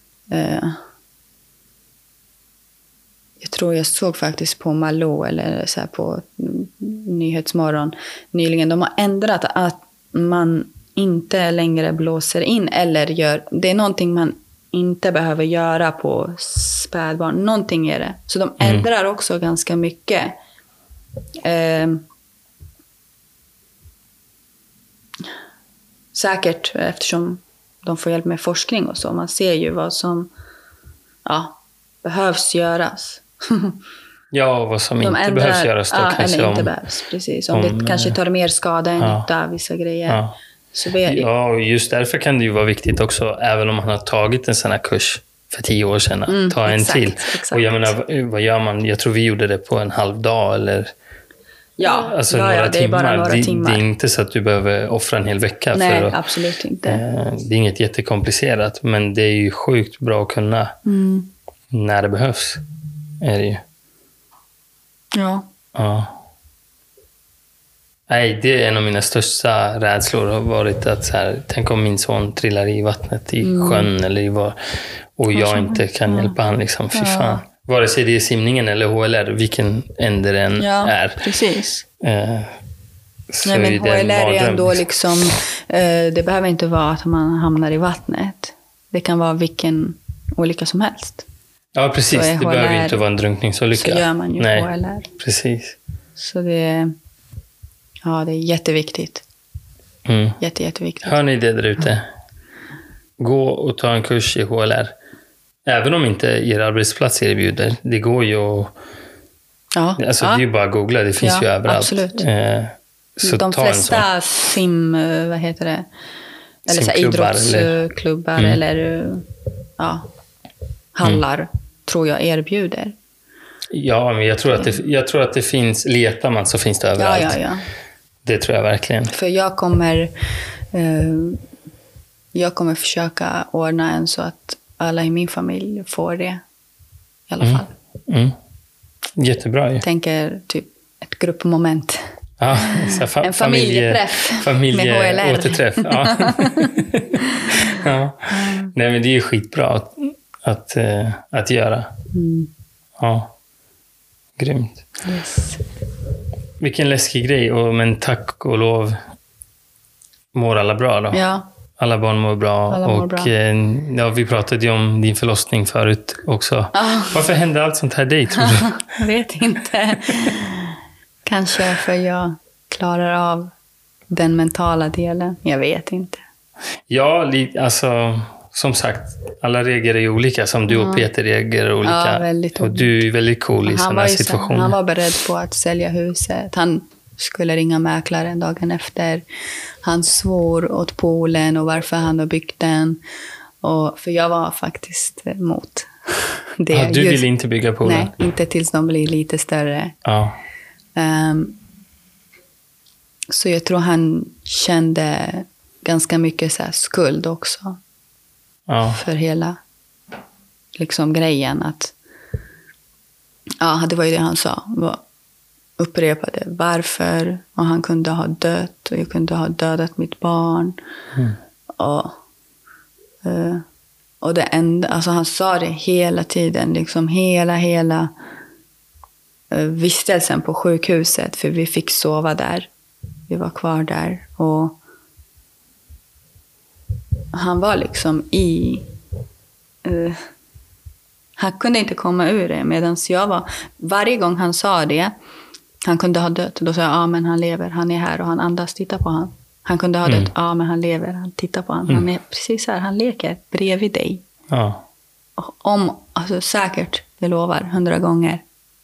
Speaker 2: jag tror jag såg faktiskt på Malou eller så här på Nyhetsmorgon nyligen. De har ändrat att man inte längre blåser in eller gör... Det är någonting man inte behöver göra på spädbarn. Någonting är det. Så de ändrar också ganska mycket. Säkert eftersom de får hjälp med forskning och så. Man ser ju vad som behövs göras.
Speaker 1: Ja, vad som inte behövs göras då kanske.
Speaker 2: Eller inte behövs, precis. Om det kanske tar mer skada än nytta, vissa grejer.
Speaker 1: Ja. Ja, och just därför kan det ju vara viktigt också, även om man har tagit en sån här kurs för 10 år sedan, att ta en till. Exakt. Och jag menar, vad gör man? Jag tror vi gjorde det på en halv dag eller alltså några
Speaker 2: det är
Speaker 1: timmar.
Speaker 2: bara några timmar.
Speaker 1: Det är inte så att du behöver offra en hel vecka.
Speaker 2: Nej,
Speaker 1: för att,
Speaker 2: absolut inte.
Speaker 1: Det är inget jättekomplicerat, men det är ju sjukt bra att kunna när det behövs. Är det ju. Ja. Nej, det är en av mina största rädslor har varit att så här, tänk om min son trillar i vattnet i sjön eller och jag inte kan hjälpa han liksom, fy fan. Vare sig det är simningen eller HLR, vilken ände den är.
Speaker 2: Precis.
Speaker 1: Så
Speaker 2: nej, men HLR är ändå liksom, det behöver inte vara att man hamnar i vattnet. Det kan vara vilken olycka som helst. Ja,
Speaker 1: precis. Det HLR, behöver inte vara en drunkningsolycka.
Speaker 2: Så gör man ju HLR.
Speaker 1: Precis.
Speaker 2: Så det är jätteviktigt. Jätteviktigt.
Speaker 1: Hör ni det där ute? Gå och ta en kurs i HLR. Även om inte er arbetsplats erbjuder. Det går ju att... Alltså det är ju bara att googla. Det finns ju överallt.
Speaker 2: Absolut.
Speaker 1: Så
Speaker 2: de flesta vad heter det? Eller så idrottsklubbar eller hallar tror jag erbjuder.
Speaker 1: Ja, men jag tror att det finns, letar man så finns det överallt. Ja. Det tror jag verkligen.
Speaker 2: För jag kommer försöka ordna en så att alla i min familj får det i alla fall.
Speaker 1: Jättebra.
Speaker 2: Jag tänker typ ett gruppmoment.
Speaker 1: Ja,
Speaker 2: en familjeträff med HLR.
Speaker 1: Återträff. Ja. Nej, men det är ju skitbra att göra. Ja, grymt.
Speaker 2: Yes.
Speaker 1: Vilken läskig grej, men tack och lov mår alla bra då?
Speaker 2: Ja.
Speaker 1: Alla barn mår bra. Vi pratade ju om din förlossning förut också. Varför hände allt sånt här dig, tror du?
Speaker 2: Jag vet inte. Kanske för jag klarar av den mentala delen. Jag vet inte.
Speaker 1: Ja, alltså som sagt, alla reagerar ju olika. Som du och Peter reagerar olika. Ja, väldigt olika. Och du är väldigt cool i sådana här situationer.
Speaker 2: Han var beredd på att sälja huset. Han skulle ringa mäklaren dagen efter. Han svor åt poolen och varför han har byggt den. För jag var faktiskt emot. det.
Speaker 1: Du vill inte bygga poolen?
Speaker 2: Nej, inte tills de blir lite större.
Speaker 1: Ja.
Speaker 2: Så jag tror han kände ganska mycket så här skuld också.
Speaker 1: Ja.
Speaker 2: För hela liksom grejen. Att, ja, det var ju det han sa. Upprepade varför. Och han kunde ha dött. Och jag kunde ha dödat mitt barn. Och det enda, alltså han sa det hela tiden. Liksom hela vistelsen på sjukhuset. För vi fick sova där. Vi var kvar där. Och han var liksom han kunde inte komma ur det. Medan jag var, varje gång han sa det, han kunde ha dött. Då sa jag, ja men han lever, han är här och han andas, titta på han. Han kunde ha dött, ja men han lever, han tittar på han. Han är precis här, han leker bredvid dig.
Speaker 1: Ja.
Speaker 2: Alltså säkert, jag lovar, 100 gånger.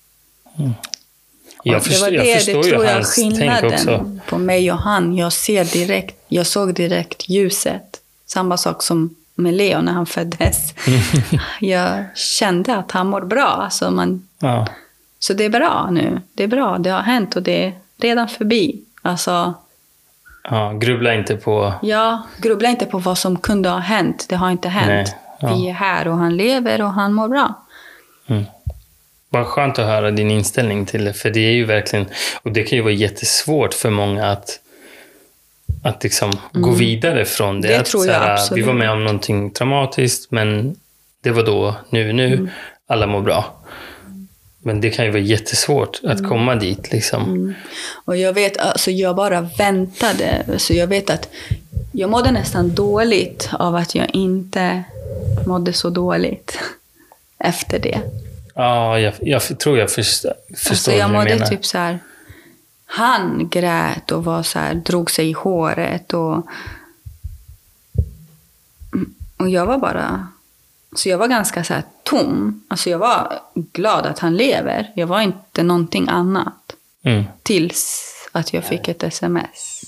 Speaker 1: Jag förstår ju hans tänk också.
Speaker 2: På mig och han, jag såg direkt ljuset. Samma sak som med Leo när han föddes. Jag kände att han mår bra. Alltså så det är bra nu. Det är bra, det har hänt och det är redan förbi. Alltså,
Speaker 1: grubbla inte på...
Speaker 2: Ja, grubbla inte på vad som kunde ha hänt. Det har inte hänt. Vi är här och han lever och han mår bra.
Speaker 1: Vad skönt att höra din inställning till det. För det är ju verkligen... Och det kan ju vara jättesvårt för många att liksom gå vidare från det.
Speaker 2: Det tror jag absolut.
Speaker 1: Vi var med om någonting traumatiskt, men det var då, nu. Alla mår bra. Men det kan ju vara jättesvårt att komma dit. Liksom.
Speaker 2: Och jag vet, alltså jag bara väntade. Så jag vet att jag mådde nästan dåligt av att jag inte mådde så dåligt efter det.
Speaker 1: Ja, jag tror jag förstår
Speaker 2: alltså jag vad du menar. Typ så här, han grät och var så här, drog sig i håret och jag var bara, så jag var ganska så här tom. Alltså jag var glad att han lever. Jag var inte någonting annat. Tills att jag fick ett sms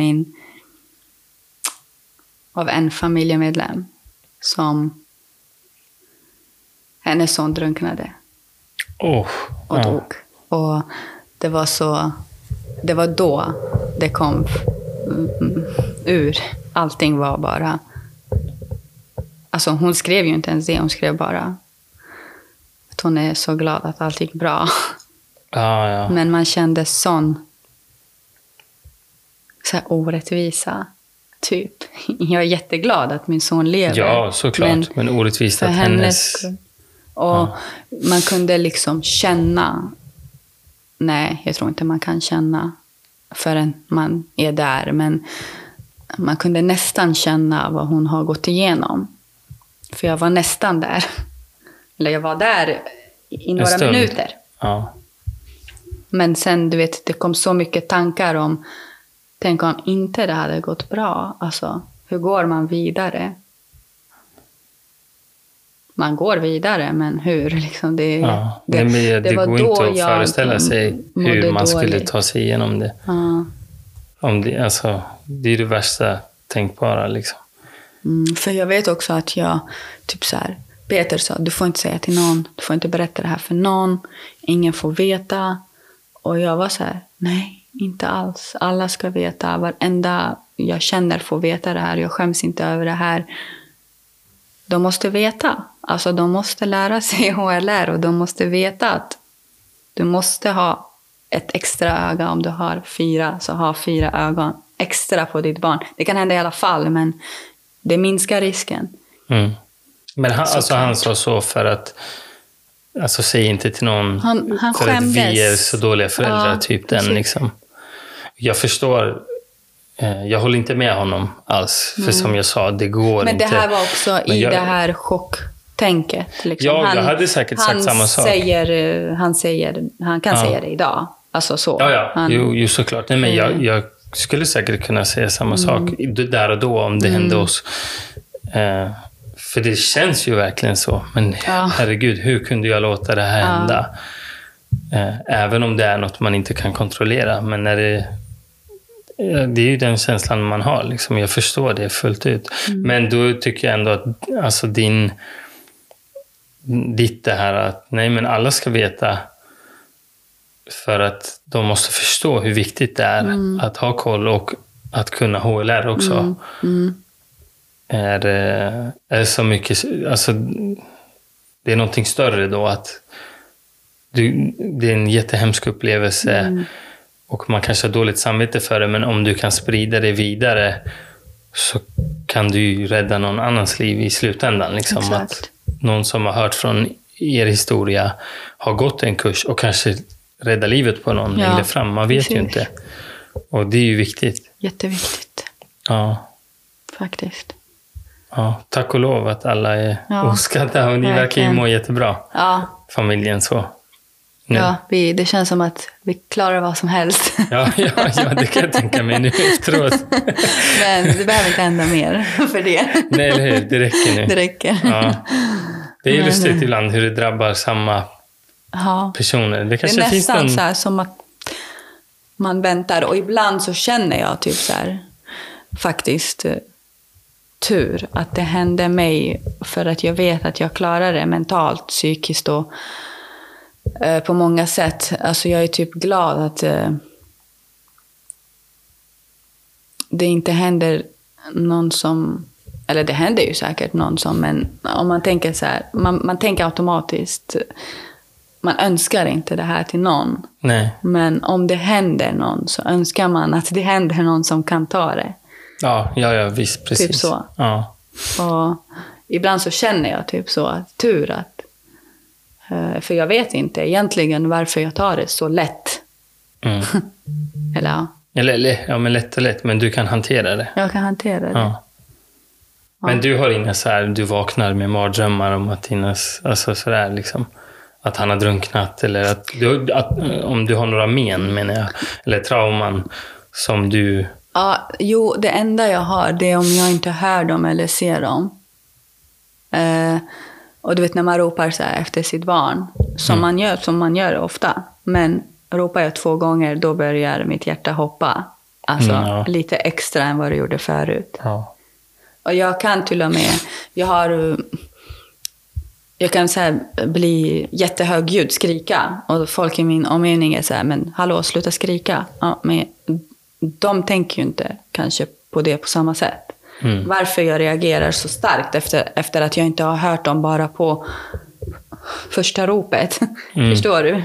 Speaker 2: av en familjemedlem som hennes son drunknade. Och dog. Och det var då det kom ur. Allting var bara... Alltså hon skrev ju inte ens det. Hon skrev bara att hon är så glad att allt gick bra.
Speaker 1: Ja.
Speaker 2: Men man kände så här orättvisa. Typ. Jag är jätteglad att min son lever.
Speaker 1: Ja, såklart. Men orättvist att hennes...
Speaker 2: Och man kunde liksom känna... Nej, jag tror inte man kan känna förrän man är där. Men man kunde nästan känna vad hon har gått igenom. För jag var nästan där. Eller jag var där i några minuter.
Speaker 1: Ja.
Speaker 2: Men sen, du vet, det kom så mycket tankar om... Tänk om inte det hade gått bra. Alltså, hur går man vidare? Man går vidare, men hur? Liksom det var
Speaker 1: går
Speaker 2: då
Speaker 1: inte att föreställa sig hur man skulle ta sig igenom det. Det är det värsta tänkbara. Liksom.
Speaker 2: För jag vet också att jag, typ så här, Peter sa, du får inte säga till någon, du får inte berätta det här för någon, ingen får veta. Och jag var så här, nej, inte alls. Alla ska veta, varenda jag känner får veta det här, jag skäms inte över det här. De måste veta. Alltså de måste lära sig HLR och de måste veta att du måste ha ett extra öga. Om du har 4, så ha 4 ögon extra på ditt barn. Det kan hända i alla fall, men det minskar risken.
Speaker 1: Men han sa så för att, alltså säg inte till någon
Speaker 2: han
Speaker 1: för
Speaker 2: skämdes.
Speaker 1: Att vi är så dåliga föräldrar, typ den liksom. Jag förstår. Jag håller inte med honom alls. För som jag sa, det går inte.
Speaker 2: Men det här var också det här chocktänket. Liksom.
Speaker 1: Ja, jag hade säkert sagt samma sak.
Speaker 2: Han kan säga det idag. Alltså så.
Speaker 1: Ja. Jo, såklart. Nej, men jag skulle säkert kunna säga samma sak där och då om det hände oss. För det känns ju verkligen så. Men herregud, hur kunde jag låta det här hända? Även om det är något man inte kan kontrollera. Men när det är ju den känslan man har. Liksom. Jag förstår det fullt ut. Men då tycker jag ändå att alltså, ditt det här att nej, men alla ska veta, för att de måste förstå hur viktigt det är att ha koll och att kunna HLR också. Är så mycket, alltså det är någonting större då, att det är en jättehemsk upplevelse och man kanske har dåligt samvete för det, men om du kan sprida det vidare så kan du ju rädda någon annans liv i slutändan. Liksom. Att någon som har hört från er historia har gått en kurs och kanske rädda livet på någon längre fram. Man vet ju inte. Och det är ju viktigt.
Speaker 2: Jätteviktigt.
Speaker 1: Ja.
Speaker 2: Faktiskt.
Speaker 1: Ja, tack och lov att alla är oskatta och ni verkar ju må jättebra.
Speaker 2: Ja.
Speaker 1: Familjen så. Nu.
Speaker 2: Ja, det känns som att vi klarar vad som helst.
Speaker 1: Ja, det kan jag tänka mig nu efteråt.
Speaker 2: Men det behöver inte hända mer för det.
Speaker 1: Nej, eller hur? Det räcker nu.
Speaker 2: Det räcker.
Speaker 1: Ja. Det är lustigt ibland hur det drabbar samma personer. Det
Speaker 2: är nästan så här som att man väntar. Och ibland så känner jag typ så här, faktiskt tur att det hände mig, för att jag vet att jag klarar det mentalt, psykiskt och på många sätt. Alltså jag är typ glad att det inte händer någon som, eller det händer ju säkert någon som, men om man tänker så här, man tänker automatiskt, man önskar inte det här till någon.
Speaker 1: Nej.
Speaker 2: Men om det händer någon så önskar man att det händer någon som kan ta det.
Speaker 1: Ja, visst, precis.
Speaker 2: Typ så.
Speaker 1: Ja.
Speaker 2: Och ibland så känner jag typ så att tur att, för jag vet inte egentligen varför jag tar det så lätt.
Speaker 1: Eller men lätt och lätt, men du kan hantera det.
Speaker 2: Jag kan hantera det.
Speaker 1: Ja. Men du har inga så här, du vaknar med mardrömmar om att alltså så där liksom, att han har drunknat, eller att om du har några men, menar jag, eller trauman som du...
Speaker 2: Ja, jo, det enda jag har, det är om jag inte hör dem eller ser dem. Och du vet när man ropar så här efter sitt barn, som man gör ofta, men ropar jag 2 gånger, då börjar mitt hjärta hoppa. Alltså lite extra än vad det gjorde förut.
Speaker 1: Ja.
Speaker 2: Och jag kan till och med, jag kan så här bli jättehögljudd, skrika. Och folk i min omgivning är så här, men hallå, sluta skrika. Ja, men de tänker ju inte kanske på det på samma sätt. Varför jag reagerar så starkt efter att jag inte har hört dem bara på första ropet. Förstår du?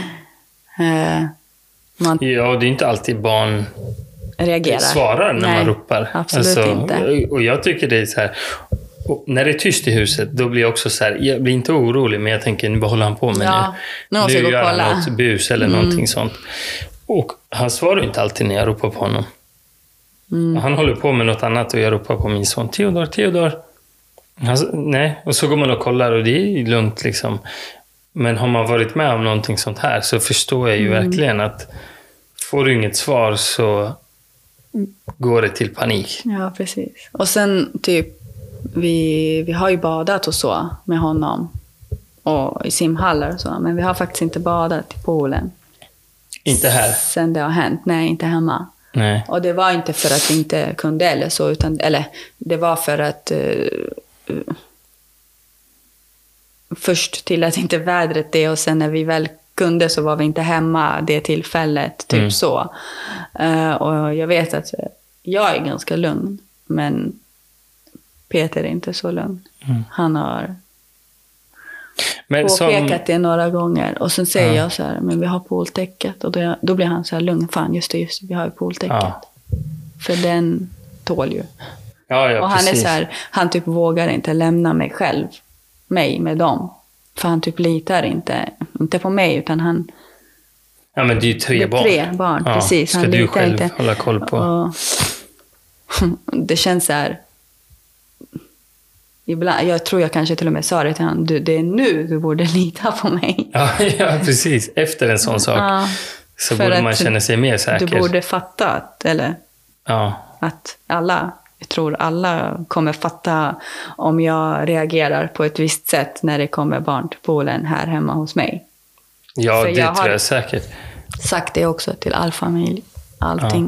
Speaker 2: Ja,
Speaker 1: det är inte alltid barn
Speaker 2: reagerar.
Speaker 1: Svarar när man ropar.
Speaker 2: Absolut inte.
Speaker 1: Och jag tycker det är så här, när det är tyst i huset, då blir jag också så här, jag blir inte orolig, men jag tänker, vad håller han på med nu? Nu gör han något bus eller någonting sånt. Och han svarar inte alltid när jag ropar på honom. Han håller på med något annat och jag ropar på min son, Theodor. Nej, och så går man och kollar och det är lugnt liksom. Men har man varit med om någonting sånt här så förstår jag ju verkligen att får du inget svar så går det till panik. Ja,
Speaker 2: precis. Och sen typ, vi har ju badat och så med honom och i simhallar och så, men vi har faktiskt inte badat i poolen.
Speaker 1: Inte här?
Speaker 2: Sen det har hänt, nej, inte hemma.
Speaker 1: Nej.
Speaker 2: Och det var inte för att vi inte kunde eller så, utan, eller det var för att först till att inte vädret det, och sen när vi väl kunde så var vi inte hemma det tillfället, typ så. Och jag vet att jag är ganska lugn, men Peter är inte så lugn. Han har påpekat det några gånger, och sen säger jag så här, men vi har pooltäcket, och då blir han så här lugn, fan just det, vi har ju pooltäcket. För den tål ju. Och han är så här, han typ vågar inte lämna mig med dem. För han typ litar inte på mig, utan han...
Speaker 1: Ja, men det är ju 3 barn.
Speaker 2: 3 barn, precis.
Speaker 1: Ska han du själv inte hålla koll på?
Speaker 2: Och det känns så här... Ibland, jag tror jag kanske till och med sa det till honom, det är nu du borde lita på mig.
Speaker 1: Ja, precis. Efter en sån sak så borde man känna sig mer säker.
Speaker 2: Du borde fatta att jag tror alla kommer fatta om jag reagerar på ett visst sätt när det kommer barn till poolen här hemma hos mig.
Speaker 1: Ja, för det tror jag säkert.
Speaker 2: Sagt det också till all familj. Allting.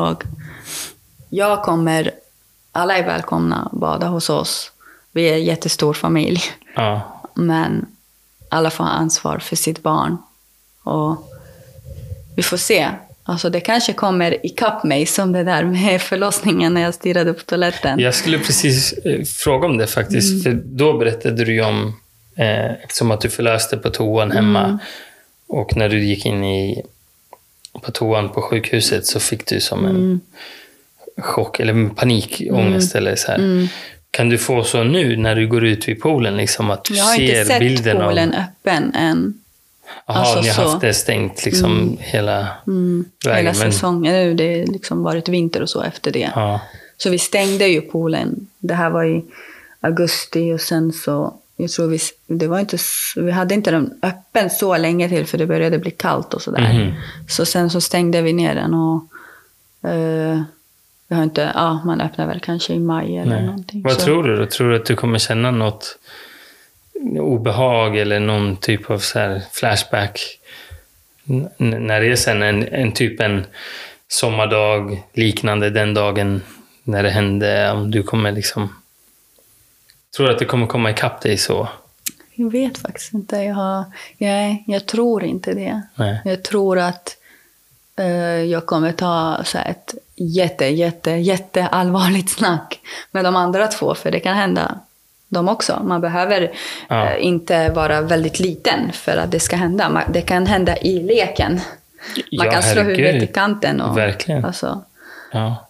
Speaker 2: Jag kommer, alla är välkomna bada hos oss. Vi är en jättestor familj. men alla får ha ansvar för sitt barn. Och vi får se. Alltså det kanske kommer ikapp mig som det där med förlossningen när jag stirrade på toaletten.
Speaker 1: Jag skulle precis fråga om det faktiskt. För då berättade du ju om som att du förlöste på toan hemma. Och när du gick in på toan på sjukhuset så fick du som en chock eller panikångest eller så här. Kan du få så nu när du går ut vid poolen liksom att du ser bilden av...
Speaker 2: Jag har inte sett poolen öppen än.
Speaker 1: Jaha,
Speaker 2: alltså,
Speaker 1: ni har haft det stängt liksom hela vägen.
Speaker 2: Hela säsongen. Det har liksom varit vinter och så efter det.
Speaker 1: Ja.
Speaker 2: Så vi stängde ju poolen. Det här var i augusti och sen så... Jag tror vi hade inte den öppen så länge till för det började bli kallt och sådär. Så sen så stängde vi ner den och vi har inte, man öppnar väl kanske i maj eller någonting.
Speaker 1: Vad tror du då? Tror du att du kommer känna något obehag eller någon typ av så här flashback när det är sen en sommardag liknande den dagen när det hände, om du kommer liksom... Tror du att det kommer komma ikapp dig så?
Speaker 2: Jag vet faktiskt inte. Jag tror inte det.
Speaker 1: Nej.
Speaker 2: Jag tror att jag kommer ta så här ett jätte allvarligt snack med de andra två. För det kan hända dem också. Man behöver inte vara väldigt liten för att det ska hända. Det kan hända i leken. Man kan slå huvudet i kanten. Och,
Speaker 1: verkligen.
Speaker 2: Alltså,
Speaker 1: Ja.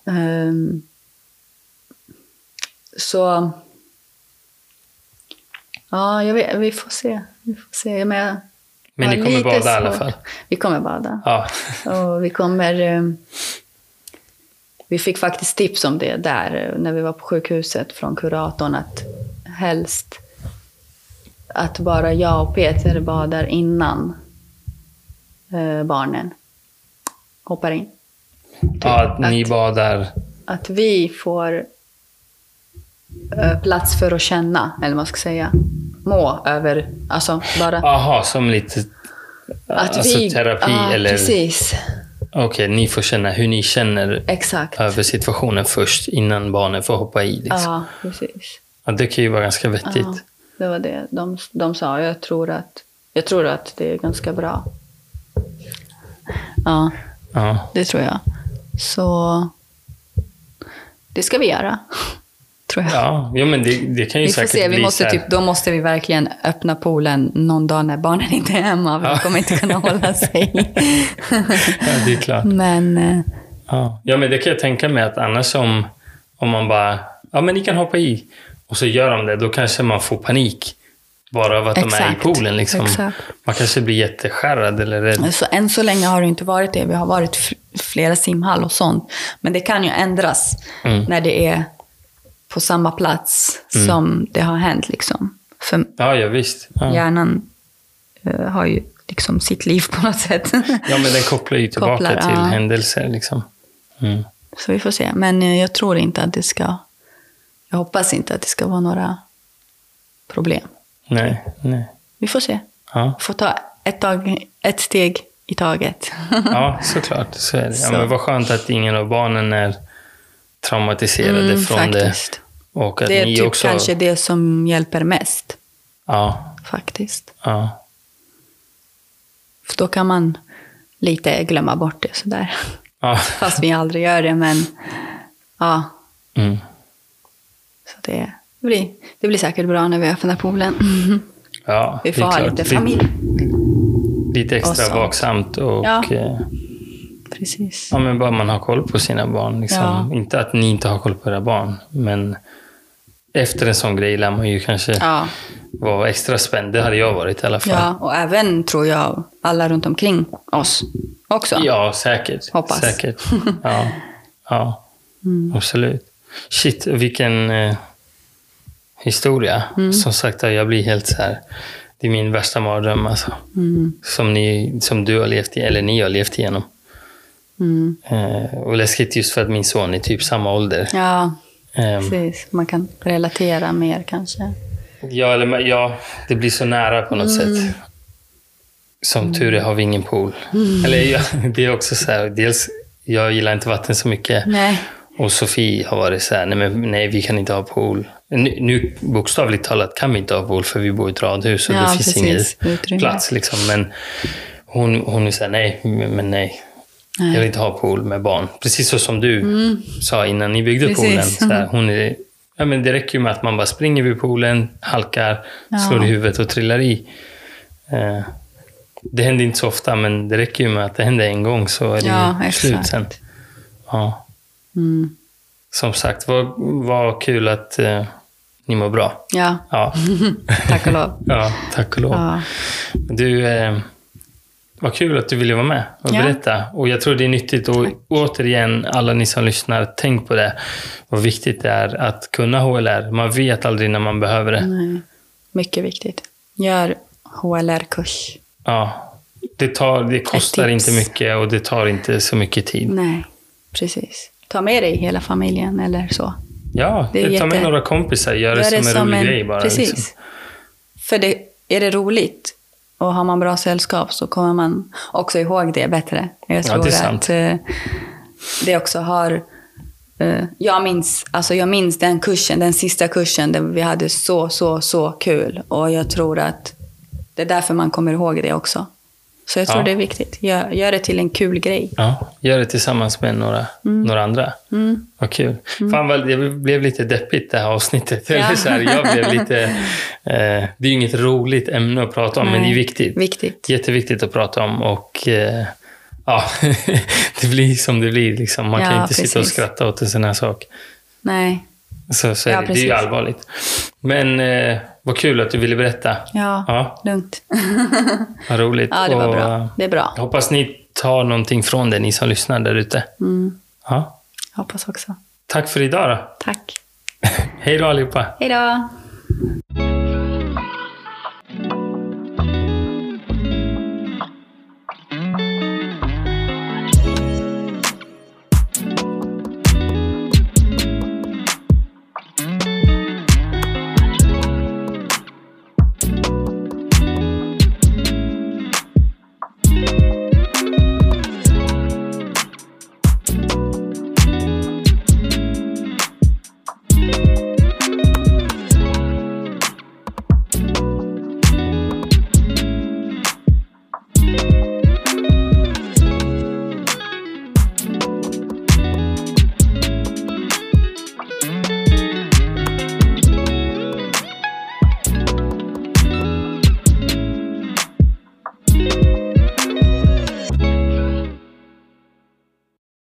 Speaker 2: Så... Ja, jag vet, vi får se. Men
Speaker 1: ni kommer bada i alla fall?
Speaker 2: Vi kommer bada.
Speaker 1: Ja.
Speaker 2: Och vi kommer... Vi fick faktiskt tips om det där när vi var på sjukhuset från kuratorn att helst att bara jag och Peter badar innan barnen hoppar in.
Speaker 1: Ja, att ni badar...
Speaker 2: Att vi får plats för att känna, eller vad man ska säga, må över, alltså bara...
Speaker 1: Aha, som lite terapi eller...
Speaker 2: precis.
Speaker 1: Okej, ni får känna hur ni känner över situationen först innan barnen får hoppa i. Liksom.
Speaker 2: Ja, precis.
Speaker 1: Ja, det kan ju vara ganska vettigt.
Speaker 2: Ja, det var det de sa. Jag tror att det är ganska bra. Ja, det tror jag. Så det ska vi göra. Tror jag.
Speaker 1: Ja, men det kan ju
Speaker 2: vi
Speaker 1: säkert
Speaker 2: får se,
Speaker 1: bli så här.
Speaker 2: då måste vi verkligen öppna poolen någon dag när barnen inte är hemma. De kommer inte kunna hålla sig.
Speaker 1: Ja, det är klart.
Speaker 2: Men...
Speaker 1: Ja, men det kan jag tänka mig att annars om man bara, men ni kan hoppa i. Och så gör de det, då kanske man får panik. Bara av att de är i poolen. Liksom. Man kanske blir jätteskärrad eller rädd.
Speaker 2: Så än så länge har det inte varit det. Vi har varit flera simhall och sånt. Men det kan ju ändras när det är på samma plats som det har hänt. Liksom. För
Speaker 1: ja, visst. Ja.
Speaker 2: Hjärnan har ju liksom sitt liv på något sätt.
Speaker 1: Ja, men den kopplar ju tillbaka till händelser. Liksom.
Speaker 2: Så vi får se. Men jag tror inte att det ska... Jag hoppas inte att det ska vara några problem.
Speaker 1: Nej.
Speaker 2: Vi får se.
Speaker 1: Ja.
Speaker 2: Får ta ett steg i taget.
Speaker 1: Ja, såklart. Så är det. Ja, men vad skönt att ingen av barnen är traumatiserade från
Speaker 2: faktiskt.
Speaker 1: Det. Och att
Speaker 2: det är
Speaker 1: ni
Speaker 2: typ
Speaker 1: också...
Speaker 2: kanske det som hjälper mest.
Speaker 1: Ja.
Speaker 2: Faktiskt.
Speaker 1: Ja.
Speaker 2: För då kan man lite glömma bort det sådär.
Speaker 1: Ja.
Speaker 2: Fast vi aldrig gör det, men ja. Så det blir säkert bra när vi öppnar poolen.
Speaker 1: Ja,
Speaker 2: vi får ha lite familj.
Speaker 1: Lite extra vaksamt och...
Speaker 2: Precis.
Speaker 1: Ja, men bara man har koll på sina barn. Liksom. Ja. Inte att ni inte har koll på era barn, men efter en sån grej lär man ju kanske vara extra spänd. Det hade jag varit i alla fall.
Speaker 2: Ja, och även tror jag alla runt omkring oss också.
Speaker 1: Ja, säkert.
Speaker 2: Hoppas.
Speaker 1: Säkert. Ja. Absolut. Shit, vilken historia. Som sagt, jag blir helt så här. Det är min värsta mardröm alltså. Som du har levt i, eller ni har levt igenom. Och läskigt just för att min son är typ samma ålder.
Speaker 2: Ja, precis. Man kan relatera mer kanske.
Speaker 1: Ja, det blir så nära på något sätt. Som tur är har vi ingen pool. Eller det är också så här, dels jag gillar inte vatten så mycket.
Speaker 2: Nej.
Speaker 1: Och Sofie har varit så här, nej vi kan inte ha pool. Nu bokstavligt talat kan vi inte ha pool för vi bor i ett radhus och det finns ingen plats liksom. Men hon säger nej. Jag vill inte ha pool med barn. Precis så som du sa innan ni byggde poolen. Så här, men det räcker ju med att man bara springer vid poolen, halkar, slår i huvudet och trillar i. Det händer inte så ofta, men det räcker ju med att det händer en gång så är det slut sen. Ja. Som sagt, vad kul att ni mår bra.
Speaker 2: Ja. Tack och lov.
Speaker 1: Ja, tack och lov. Ja. Du, vad kul att du ville vara med och berätta. Och jag tror det är nyttigt. Och återigen, alla ni som lyssnar, tänk på det. Vad viktigt det är att kunna HLR. Man vet aldrig när man behöver det.
Speaker 2: Nej. Mycket viktigt. Gör HLR-kurs.
Speaker 1: Ja, det kostar inte mycket och det tar inte så mycket tid.
Speaker 2: Nej, precis. Ta med dig hela familjen eller så.
Speaker 1: Ja, ta med några kompisar. Gör det som en rolig grej bara.
Speaker 2: Precis.
Speaker 1: Liksom.
Speaker 2: För är det roligt och har man bra sällskap så kommer man också ihåg det bättre. Jag tror
Speaker 1: det är sant.
Speaker 2: Att det också har... Jag minns den kursen, den sista kursen där vi hade så kul. Och jag tror att det är därför man kommer ihåg det också. Så jag tror det är viktigt. Gör det till en kul grej.
Speaker 1: Ja, gör det tillsammans med några andra. Vad kul. Fan, det blev lite deppigt det här avsnittet. Eller så här, jag blev lite... det är ju inget roligt ämne att prata om, men det är viktigt. Jätteviktigt att prata om. Och det blir som det blir. Liksom. Man kan inte sitta och skratta åt en sån här sak.
Speaker 2: Nej.
Speaker 1: Så är det är ju allvarligt. Men vad kul att du ville berätta.
Speaker 2: Ja. Lugnt.
Speaker 1: Vad roligt.
Speaker 2: Ja, det var bra. Det är bra.
Speaker 1: Jag hoppas ni tar någonting från det, ni som lyssnar där ute. Ja.
Speaker 2: Hoppas också.
Speaker 1: Tack för idag då.
Speaker 2: Tack.
Speaker 1: Hej då allihopa.
Speaker 2: Hej då. you